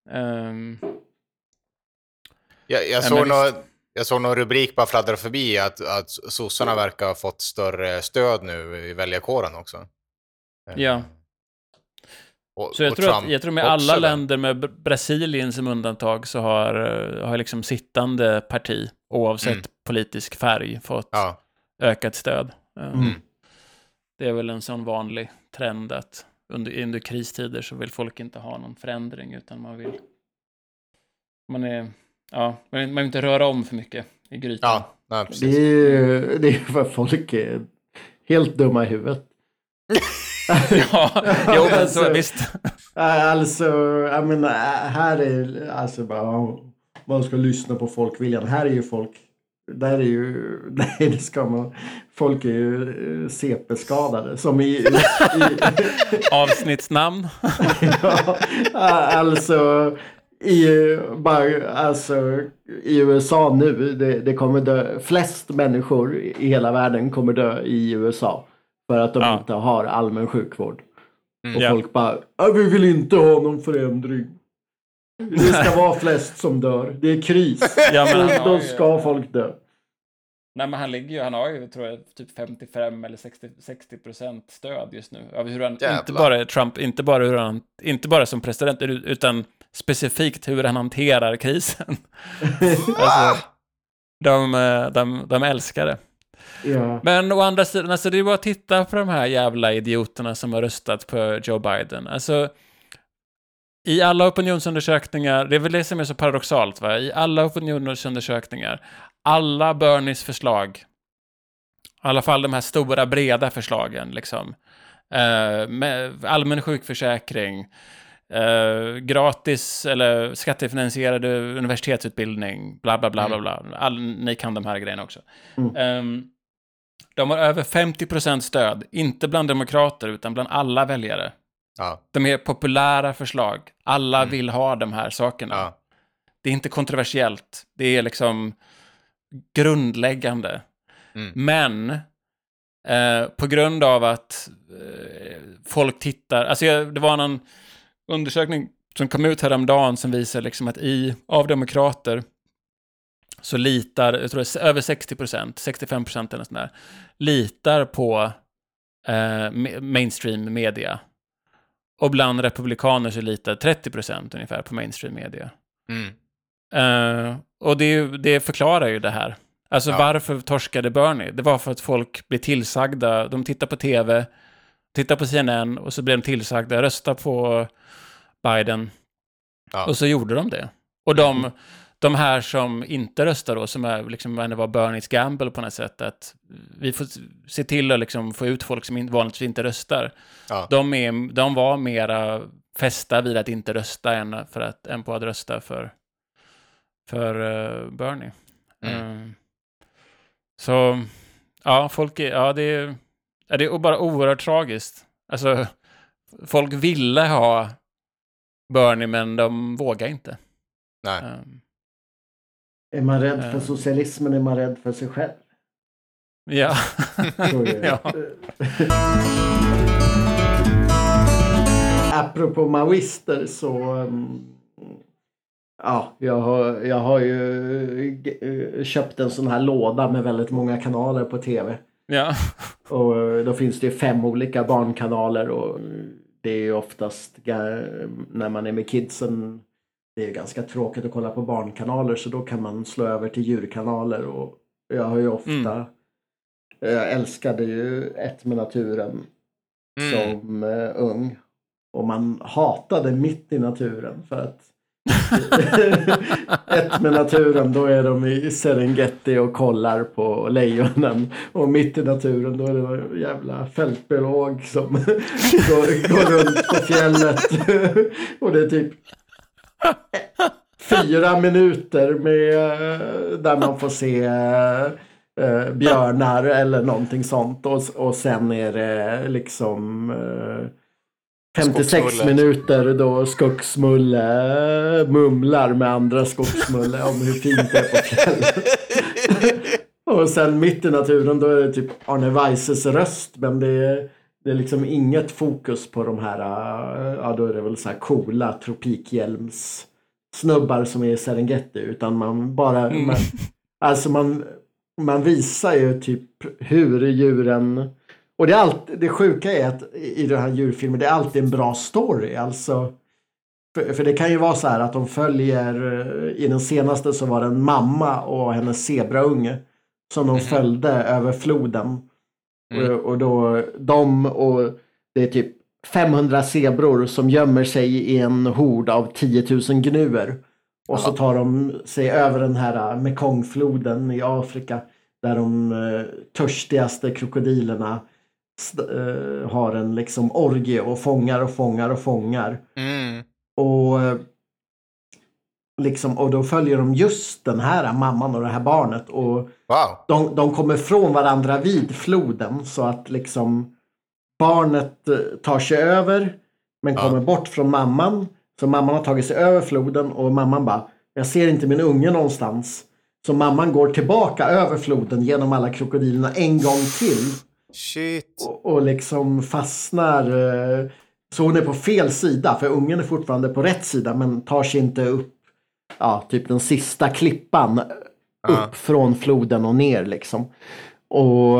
Jag såg någon rubrik bara fladdra förbi att sossarna verkar ha fått större stöd nu i väljarkåren också. Ja. Så jag tror med alla länder med Brasilien som undantag så har liksom sittande parti oavsett politisk färg fått ökat stöd. Det är väl en sån vanlig trend att under kristider så vill folk inte ha någon förändring utan man vill inte röra om för mycket i grytan. Ja, precis. Det är för folk är helt dumma i huvudet. Men så visst. Alltså, jag menar, här är alltså bara man ska lyssna på folkviljan. Här är ju folk, där är ju, nej det ska man, folk är ju CP-skadade som i avsnittsnamn. I USA nu, det kommer dö, flest människor i hela världen kommer dö i USA för att de inte har allmän sjukvård. Och folk bara, vi vill inte ha någon förändring. Det ska vara flest som dör. Det är kris. Och då ska folk dö. Nej, men han har ju, tror jag, typ 55 eller 60% stöd just nu. Av hur han, inte bara Trump, inte bara som president, utan specifikt hur han hanterar krisen. Alltså, de älskar det. Ja. Men å andra sidan, alltså det är bara att titta på de här jävla idioterna som har röstat på Joe Biden. Alltså, i alla opinionsundersökningar, det är väl det som är så paradoxalt, va? I alla opinionsundersökningar, alla Bernies förslag, i alla fall de här stora, breda förslagen, liksom, med allmän sjukförsäkring, gratis eller skattefinansierade universitetsutbildning, bla bla bla bla bla. Ni kan de här grejerna också. De har över 50% stöd, inte bland demokrater utan bland alla väljare. Ja. De är populära förslag. Alla vill ha de här sakerna. Ja. Det är inte kontroversiellt. Det är liksom grundläggande. Men på grund av att folk tittar... Alltså det var en undersökning som kom ut häromdagen som visar liksom att av demokrater så litar, jag tror det är över 60%, 65% eller sånt där, litar på mainstream media. Och bland republikaner så litar 30% ungefär på mainstream media. Och det förklarar ju det här. Alltså varför torskade Bernie? Det var för att folk blev tillsagda, de tittar på tv, tittar på CNN och så blev de tillsagda, rösta på Biden. Och så gjorde de det. Och de här som inte röstar då, som är liksom, var Bernies gamble på något sätt, att vi får se till att liksom få ut folk som vanligtvis inte röstar. De var mera fästa vid att inte rösta än på att rösta för Bernie. Så ja, folk det är bara oerhört tragiskt. Alltså folk ville ha Bernie men de vågar inte. Nej. Är man rädd för socialismen är man rädd för sig själv. Ja. Ja. Apropå maoister så jag har ju köpt en sån här låda med väldigt många kanaler på tv. Ja. Och då finns det 5 olika barnkanaler och det är ju oftast när man är med kidsen, det är ganska tråkigt att kolla på barnkanaler så då kan man slå över till djurkanaler och jag har ju ofta jag älskade ju Ett med naturen som ung och man hatade Mitt i naturen för att Ett med naturen, då är de i Serengeti och kollar på lejonen och Mitt i naturen då är det en jävla fältbiolog som går runt på fjället och det är typ 4 minuter där man får se björnar eller någonting sånt och sen är det liksom 56 minuter då skogsmulle mumlar med andra skogsmulle om hur fint det är på fjället. Och sen Mitt i naturen då är det typ Arne Weises röst men det är liksom inget fokus på de här då är det väl så här coola tropikhjälms snubbar som är i Serengeti utan man bara man visar ju typ hur djuren och det sjuka är att i den här djurfilmen det är alltid en bra story alltså för det kan ju vara så här att de följer i den senaste så var det en mamma och hennes zebraunge som de följde över floden och då och det är typ 500 zebror som gömmer sig i en hord av 10 000 gnuer. Och så tar de sig över den här Mekongfloden i Afrika där de törstigaste krokodilerna har en liksom orgie och fångar. Och liksom, och då följer de just den här mamman och det här barnet och de kommer från varandra vid floden så att liksom barnet tar sig över men kommer bort från mamman. Så mamman har tagit sig över floden och mamman bara, jag ser inte min unge någonstans. Så mamman går tillbaka över floden genom alla krokodilerna en gång till. Shit. Och liksom fastnar Så hon är på fel sida, för ungen är fortfarande på rätt sida, men tar sig inte upp typ den sista klippan upp från floden och ner liksom. Och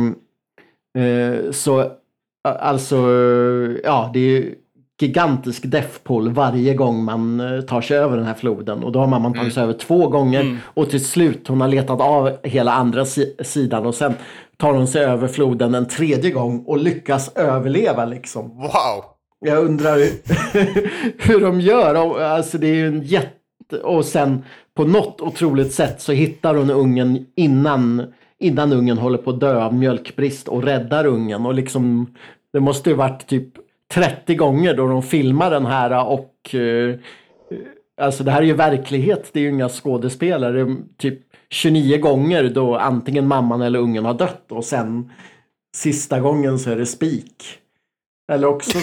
så alltså det är ju gigantisk death pool varje gång man tar sig över den här floden. Och då har man tagit sig över 2 gånger. Och till slut hon har letat av hela andra sidan. Och sen tar hon sig över floden en 3:e gång och lyckas överleva liksom. Wow! Jag undrar hur de gör. Alltså det är ju en och sen på något otroligt sätt så hittar hon ungen innan ungen håller på att dö av mjölkbrist och räddar ungen. Och liksom, det måste ju varit typ 30 gånger då de filmar den här och alltså det här är ju verklighet, det är ju inga skådespelare. Typ 29 gånger då antingen mamman eller ungen har dött och sen sista gången så är det spik. Eller också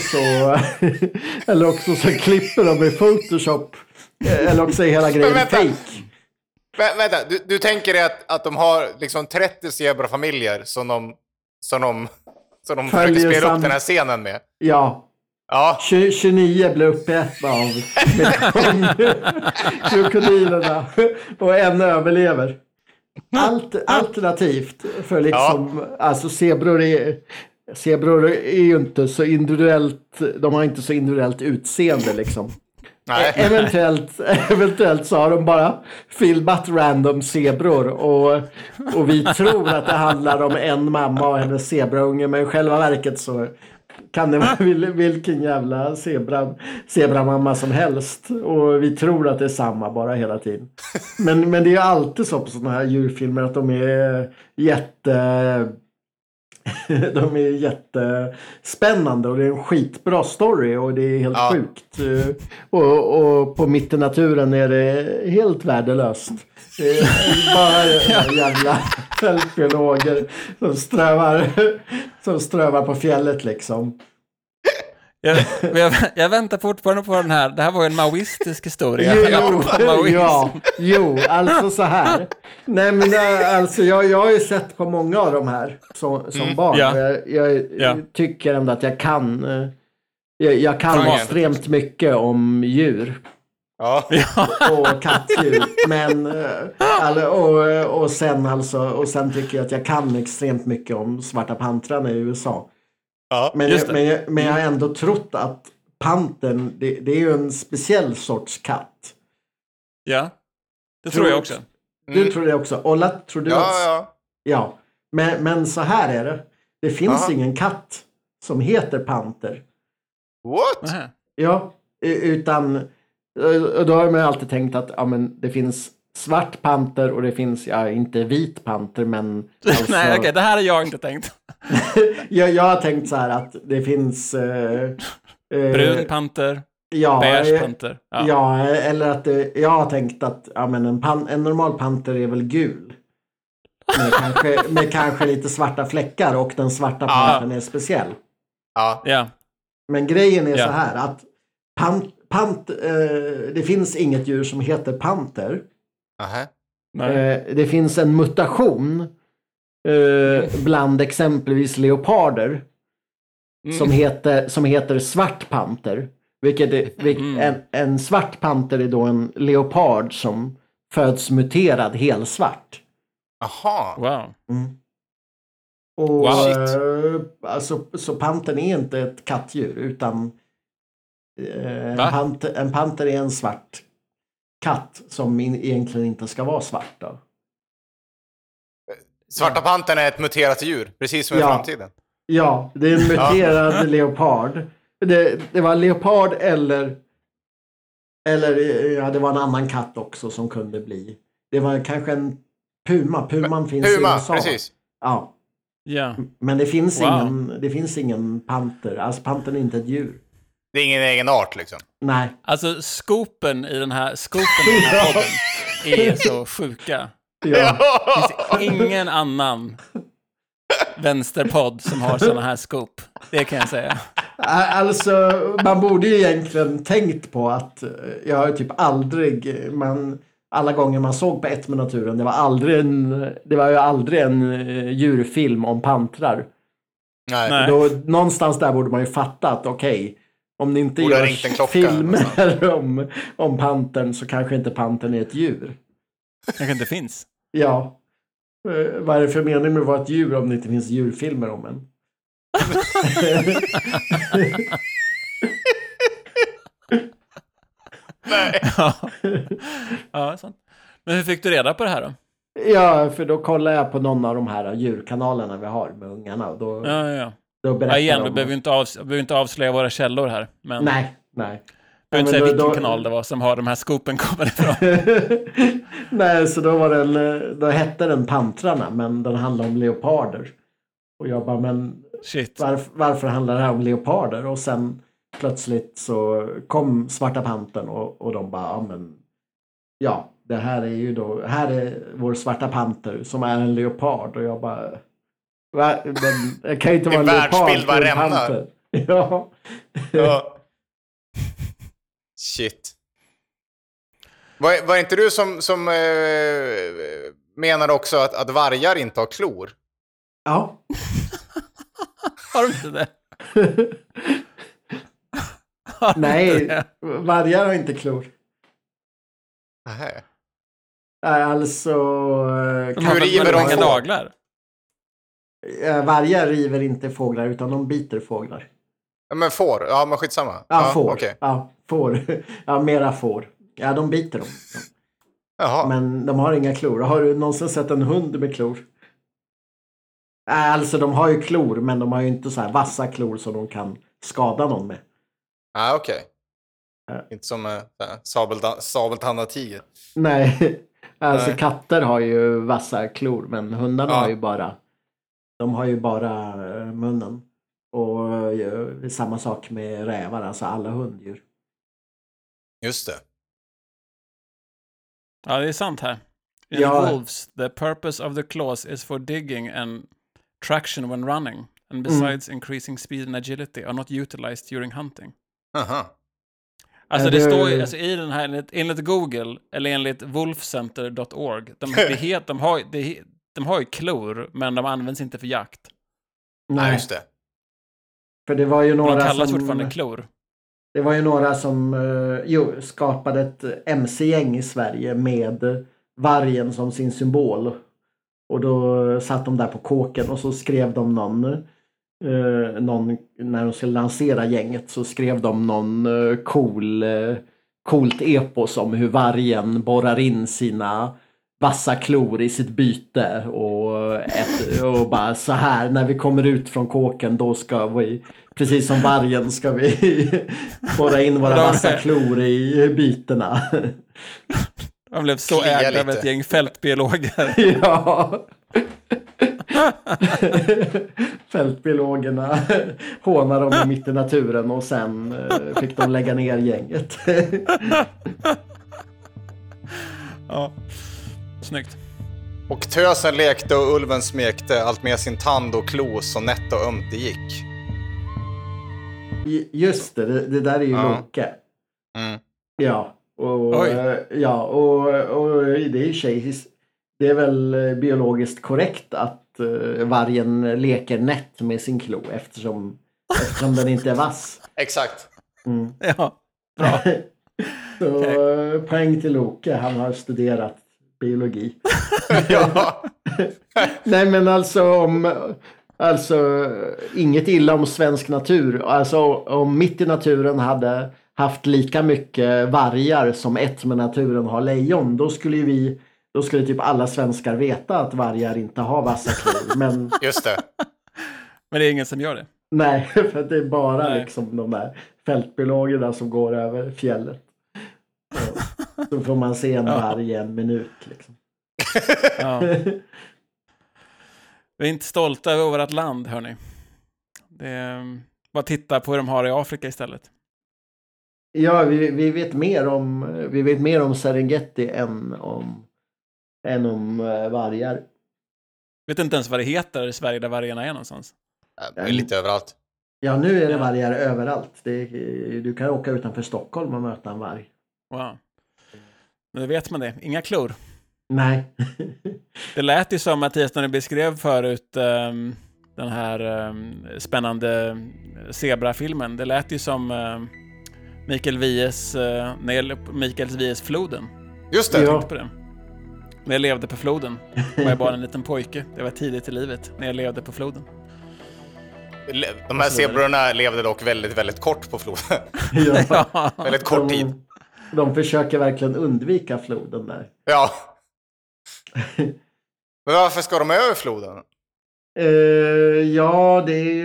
så klipper de i Photoshop. Eller också är hela grejen fake. Vänta, du tänker dig att de har liksom 30 zebrafamiljer som de försöker spela upp den här scenen med? Ja. 29 blev uppätna av krokodilerna och en överlever. Alternativt för liksom, alltså zebror är ju inte så individuellt, de har inte så individuellt utseende liksom. Nej. Eventuellt så har de bara filmat random zebror och vi tror att det handlar om en mamma och hennes zebraunge, men i själva verket så kan det vara vilken jävla zebramamma som helst och vi tror att det är samma bara hela tiden. Men det är alltid så på sådana här djurfilmer att de är jättespännande och det är en skitbra story och det är helt sjukt. Och på mitt i naturen är det helt värdelöst. Det är bara jävla fältbiologer som strövar på fjället liksom. Jag väntar fortfarande på den här. Det här var ju en maoistisk historia. Alltså så här. Nej men alltså jag har ju sett på många av de här som barn. Jag tycker ändå att jag kan extremt mycket om djur. Och kattdjur. Men och sen tycker jag att jag kan extremt mycket om svarta pantrarna i USA. Ja, men jag har ändå trott att pantern, det är ju en speciell sorts katt. Ja, det tror jag också. Du tror det också. Ola, tror du Ja. Men så här är det. Det finns ingen katt som heter panter. What? Ja, utan då har man alltid tänkt att men det finns svart panter och det finns, inte vit panter, men alltså, nej, okej, det här har jag inte tänkt. jag har tänkt så här att det finns brun panter, beige panter. Eller att jag har tänkt att en normal panter är väl gul. Med kanske lite svarta fläckar och den svarta pantern är speciell. Ja. Men grejen är så här att det finns inget djur som heter panter. Det finns en mutation bland exempelvis leoparder som heter svart panter. En svart panter är då en leopard som föds muterad helsvart. Aha. Wow. Och alltså, så pantern är inte ett kattdjur utan en panter är en svart katt som egentligen inte ska vara svart då. Svarta pantern är ett muterat djur, precis som i framtiden. Ja, det är en muterad leopard. Det var leopard eller det var en annan katt också som kunde bli. Det var kanske en puma. Puman finns i USA. Precis. Ja. Ja. Men det finns ingen panter. Alltså pantern är inte ett djur. Det är ingen egen art liksom. Nej. Alltså skopen i den här podden är så sjuka. Ja. Det finns ingen annan vänsterpodd som har såna här skop. Det kan jag säga. Alltså, man borde ju egentligen tänkt på att jag har typ aldrig... alla gånger man såg på Ett med naturen, det var ju aldrig en djurfilm om pantrar. Nej. Då, någonstans där borde man ju fatta att okej, Om det inte Borde ha görs ringt en klocka filmer om pantern så kanske inte pantern är ett djur. Kanske inte finns. Ja. Vad är det för mening med att vara ett djur om det inte finns djurfilmer om en? Nej. Ja, sant. Men hur fick du reda på det här då? Ja, för då kollar jag på någon av de här djurkanalerna vi har med ungarna. Och då Ja. berättar Igen, de. du behöver inte avslöja våra källor här. Men Nej. behöver inte säga vilken kanal det var som har de här scoopen kommer ifrån. Nej, så då hette den Pantrarna, men den handlar om leoparder. Och jag bara, men Shit. varför handlar det här om leoparder? Och sen plötsligt så kom Svarta Pantern och de bara, ja, det här är ju då, här är vår Svarta Panter som är en leopard. Och jag bara, det kan ju inte vara en leopard för en panter. Ja. Shit. Var inte du som menar också att vargar inte har klor? Ja. Har de inte det? Nej, vargar har inte klor. Nej. Alltså... De har river de inga naglar? Vargar river inte fåglar utan de biter fåglar. Ja, men får. Ja, men skitsamma. Ja, får. Okay. Ja, får. Ja, mera får. Ja, de biter dem. Jaha. Men de har inga klor. Har du någonsin sett en hund med klor? Alltså, de har ju klor, men de har ju inte så här vassa klor som de kan skada någon med. Ja, okej. Inte som sabeltandad tiger. Nej, alltså Nej. katter har ju vassa klor, men hundarna har ju bara... De har ju bara munnen. Och samma sak med rävar, alltså alla hunddjur. Just det. Ja, det är sant här. In wolves, the purpose of the claws is for digging and traction when running, and besides increasing speed and agility are not utilized during hunting. Aha. Alltså det står ju, alltså i den här, enligt Google, eller enligt wolfcenter.org, de har ju klor, men de används inte för jakt. Nej, just det. För det var ju några de kallas som... fortfarande klor. Det var ju några som skapade ett MC-gäng i Sverige med vargen som sin symbol. Och då satt de där på kåken och så skrev de någon när de skulle lansera gänget så skrev de någon coolt epos om hur vargen borrar in sina vassa klor i sitt byte och bara så här, när vi kommer ut från kåken då ska vi, precis som vargen, ska vi borra in våra vassa klor i bytena. De blev så ägda av ett gäng fältbiologer. Ja. Fältbiologerna hånar dem mitt i naturen och sen fick de lägga ner gänget. Ja, snyggt. Och tösen lekte och ulven smekte, allt med sin tand och klo så nätt och ömt det gick. Just det där är ju Loke. Mm. Ja, och det är ju tjejs. Det är väl biologiskt korrekt att vargen leker nätt med sin klo eftersom den inte är vass. Exakt. Mm. Ja, bra. Så poäng till Loke, han har studerat biologi. Ja. Nej, men alltså inget illa om svensk natur. Alltså om mitt i naturen hade haft lika mycket vargar som ett med naturen har lejon, då skulle typ alla svenskar veta att vargar inte har vassa klor. Men just det. Men det är ingen som gör det. Nej, för det är bara liksom de där fältbiologerna som går över fjället. Så får man se en varg i en minut liksom. Ja. Vi är inte stolta över vårt land, hörni. Bara titta på hur de har i Afrika istället. Ja, vi vet mer om Serengeti än om vargar. Vet inte ens vad det heter i Sverige där vargarna är någonstans. Det är lite överallt. Ja, nu är det vargar överallt. Du kan åka utanför Stockholm och möta en varg. Wow. Men då vet man det. Inga klor. Nej. Det lät ju som, Mattias, när du beskrev förut den här spännande zebrafilmen. Det lät ju som Mikael Wiehes Floden. Just det. Ja. På det. När jag levde på floden var jag bara en liten pojke. Det var tidigt i livet när jag levde på floden. De här zebrorna levde dock väldigt, väldigt kort på floden. Ja. Väldigt kort tid. De försöker verkligen undvika floden där. Ja. Men varför ska de över floden? Ja, det är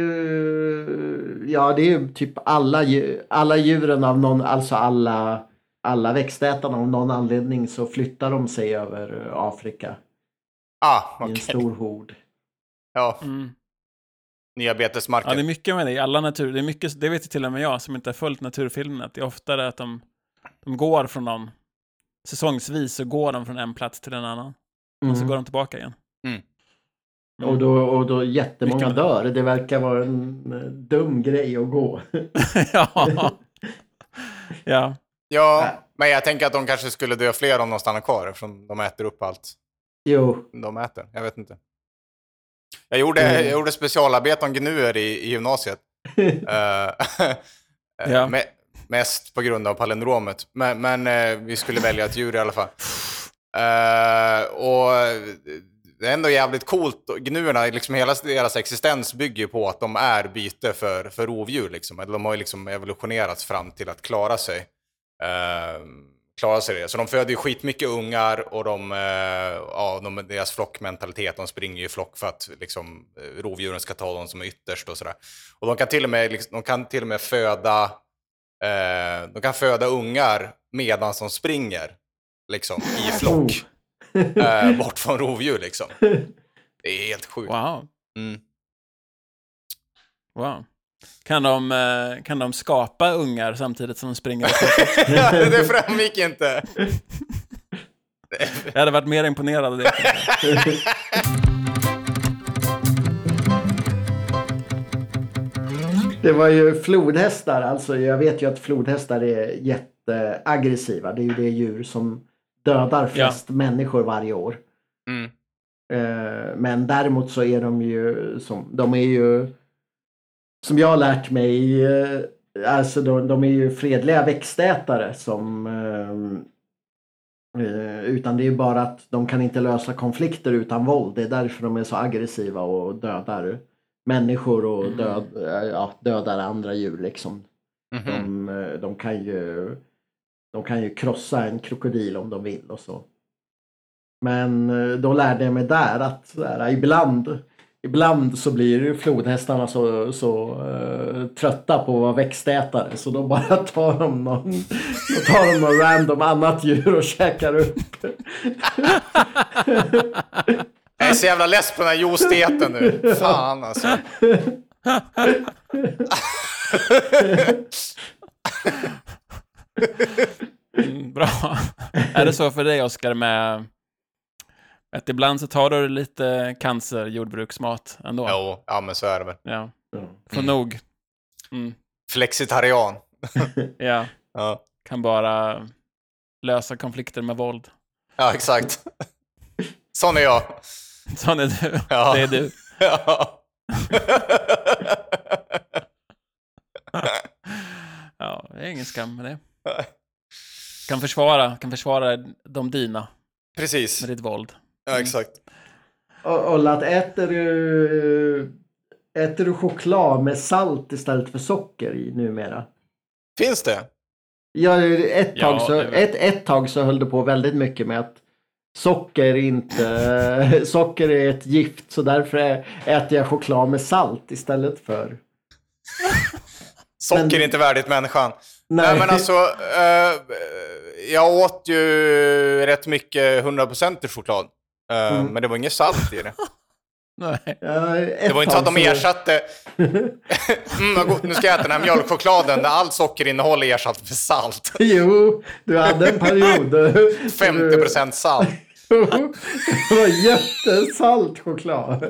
ju typ alla djuren av någon, alltså alla växtätarna av någon anledning så flyttar de sig över Afrika. Okay. I en stor hord. Ja. Nya betesmarker. Ja, det är mycket med det i alla natur. Det är mycket, det vet ju till och med jag som inte har följt naturfilmen, att det är oftare att de går från någon säsongsvis, så går de från en plats till en annan. Och så går de tillbaka igen. Och då jättemånga dör. Det verkar vara en dum grej att gå. Ja, men jag tänker att de kanske skulle dö fler om de stannar kvar, eftersom de äter upp allt. De äter. Jag vet inte. Jag gjorde specialarbete om gnuer i gymnasiet. Mest på grund av palindromet. Men vi skulle välja ett djur i alla fall. Och det är ändå jävligt coolt. Gnuerna, liksom hela deras existens bygger på att de är byte för rovdjur. Liksom. De har ju liksom evolutionerats fram till att klara sig det. Så de föder ju skitmycket ungar och deras flockmentalitet, de springer ju i flock för att liksom, rovdjuren ska ta dem som är ytterst och sådär. Och de kan till och med föda ungar medan de springer liksom, i flock bort från rovdjur liksom. Det är helt sjukt. Wow. Kan de skapa ungar samtidigt som de springer? Det framgick inte. Jag hade varit mer imponerad av det. Det var ju flodhästar. Alltså jag vet ju att flodhästar är jätteaggressiva. Det är ju det djur som dödar flest människor varje år. Men däremot så är de ju som jag har lärt mig, alltså de är ju fredliga växtätare utan det är ju bara att de kan inte lösa konflikter utan våld. Det är därför de är så aggressiva och dödar människor och dödar andra djur liksom. De kan ju krossa en krokodil om de vill och så. Men då lärde jag mig där att ibland så blir flodhästarna så trötta på att vara växtätare så då bara tar de någon random annat djur och käkar upp. Jag är så jävla less på den här juicedieten nu. Fan alltså. Bra. Är det så för dig, Oskar, med att ibland så tar du lite jordbruksmat ändå? Jo, ja men så är det väl. Ja. För nog. Flexitarian. Ja. Kan bara lösa konflikter med våld. Ja, exakt. Sån är jag. Sån är du. Ja. Det är du. Ja. Ja, det är ingen skam med det. Kan försvara de dina. Precis. Med ditt våld. Ja, exakt. Ola, äter du choklad med salt istället för socker i numera? Finns det? Ja, ett tag så höll det på väldigt mycket med att socker är ett gift, så därför äter jag choklad med salt istället för... Socker är inte värdigt människan. Nej, men alltså jag åt ju rätt mycket 100% choklad. Men det var inget salt i det. Nej. Det var inte så att de ersatte nu ska jag äta den här mjölkchokladen där allt sockerinnehåll är ersatt med salt. Jo, du hade en period 50% salt. Det var jättesalt choklad.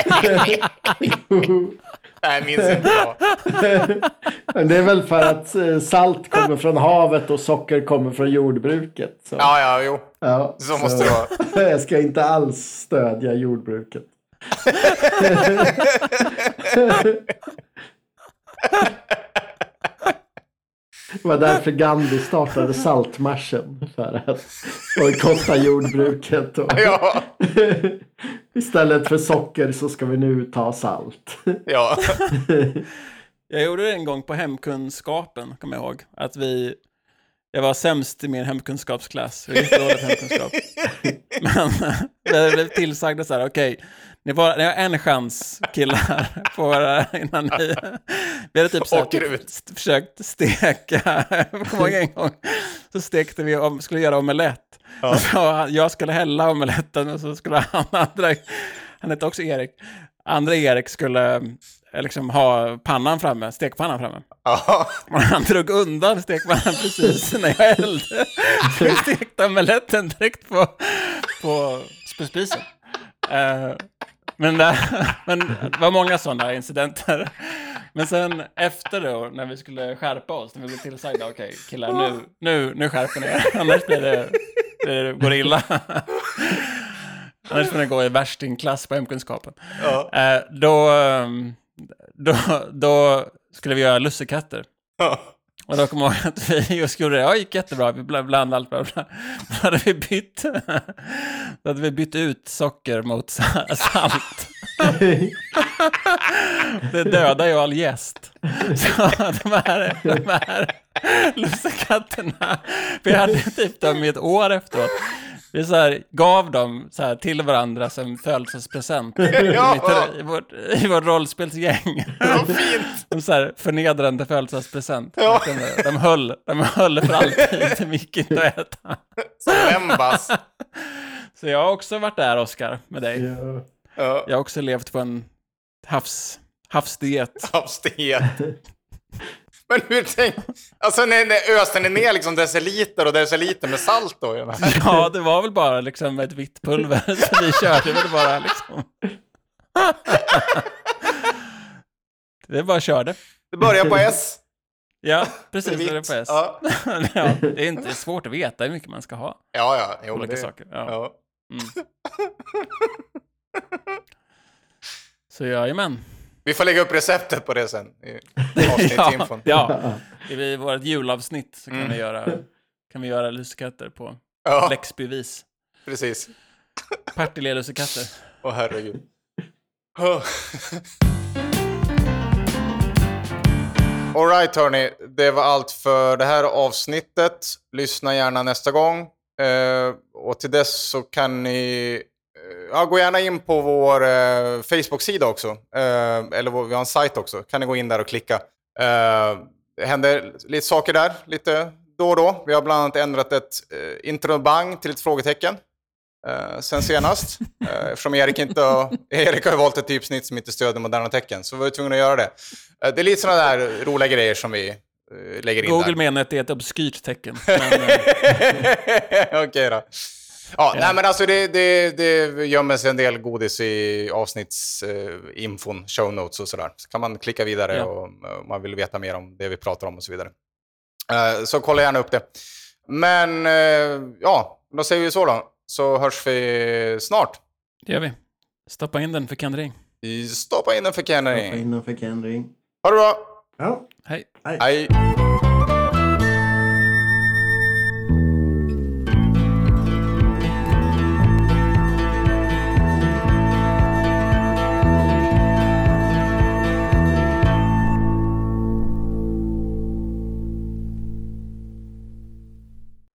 Nej, minns inte jag. Men det är väl för att salt kommer från havet och socker kommer från jordbruket. Så. Ja, jo. Ja, så måste det vara. Jag ska inte alls stödja jordbruket. Det var därför Gandhi startade saltmarschen, för att bojkotta jordbruket. Och Ja. istället för socker så ska vi nu ta salt. Ja. Jag gjorde det en gång på hemkunskapen, kommer jag ihåg. Att jag var sämst i min hemkunskapsklass. Jag är dåligt hemkunskap. Men jag blev tillsagda så här, okej, ni har en chans, killar, på innan ni... Vi hade typ så här, försökt steka. Jag kommer ihåg en gång så stekte vi skulle göra omelett. Ja. Och så jag skulle hälla omeletten och så skulle han hette också Erik. Andra Erik skulle liksom ha pannan framme, stekpannan framme. Ja. Och han drog undan stekpannan precis när jag hällde. Så jag stekte omeletten direkt på spisen. Men det var många sådana incidenter. Men sen efter då, när vi skulle skärpa oss, när vi blev tillsagda, okej, killar, nu skärper ni er. Annars blir det går illa. Annars får ni gå i värstingklass på hemkunskapen. Ja. Då skulle vi göra lussekatter. Ja. Och då kom jag ihåg att vi just gjorde det. Ja, gick jättebra. Vi blandade allt. Bla. Då hade vi bytt ut socker mot salt. Det dödar ju all gäst. Så de här lussekatterna, vi hade typ dem i ett år efteråt. Vi så här, gav dem så här till varandra som födelsedagspresent. Ja. i vårt rollspelsgäng. Ja, fint. De så här förnedrande födelsedagspresent. Ja. De höll för alltid. Det gick inte att äta. Lembas. Så jag har också varit där, Oskar, med dig. Ja. Jag har också levt på en havsdiet. Havsdiet. Men hur alltså när östen är ner liksom deciliter med salt då? Ja, det var väl bara liksom ett vitt pulver så vi körde väl bara liksom. Det bara körde. Det börjar på S. Ja, precis, det börjar på S. Ja. Ja, det är inte svårt att veta hur mycket man ska ha. Ja. Jo, olika det... saker. Ja. Ja. Mm. Så jajamän. Vi får lägga upp receptet på det sen i avsnittinfon. Ja. I vårt julavsnitt så kan vi göra lussekatter på Läxbyvis. Precis. Partille lussekatter. Åh, herregud. All right, hörni. Det var allt för det här avsnittet. Lyssna gärna nästa gång. Och till dess så kan ni... gå gärna in på vår Facebook-sida också. Eller vi har en sajt också. Kan ni gå in där och klicka. Det händer lite saker där. Lite då och då. Vi har bland annat ändrat ett introbang till ett frågetecken. Sen senast. Eftersom Erik har ju valt ett typsnitt som inte stöder moderna tecken. Så vi var tvungna att göra det. Det är lite sådana där roliga grejer som vi lägger in Google där. menar att det är ett obskyrt tecken. Okej då. Ja, nej men alltså det gömmer sig en del godis i avsnittsinfon, show notes och sådär. Så kan man klicka vidare och man vill veta mer om det vi pratar om och så vidare. Så kolla gärna upp det. Men då säger vi så då. Så hörs vi snart. Det gör vi. Stoppa in den för Kendring. Stoppa in den för Kendring. Stoppa in den för Kendring. Ha det bra. Ja. Hej. Hej.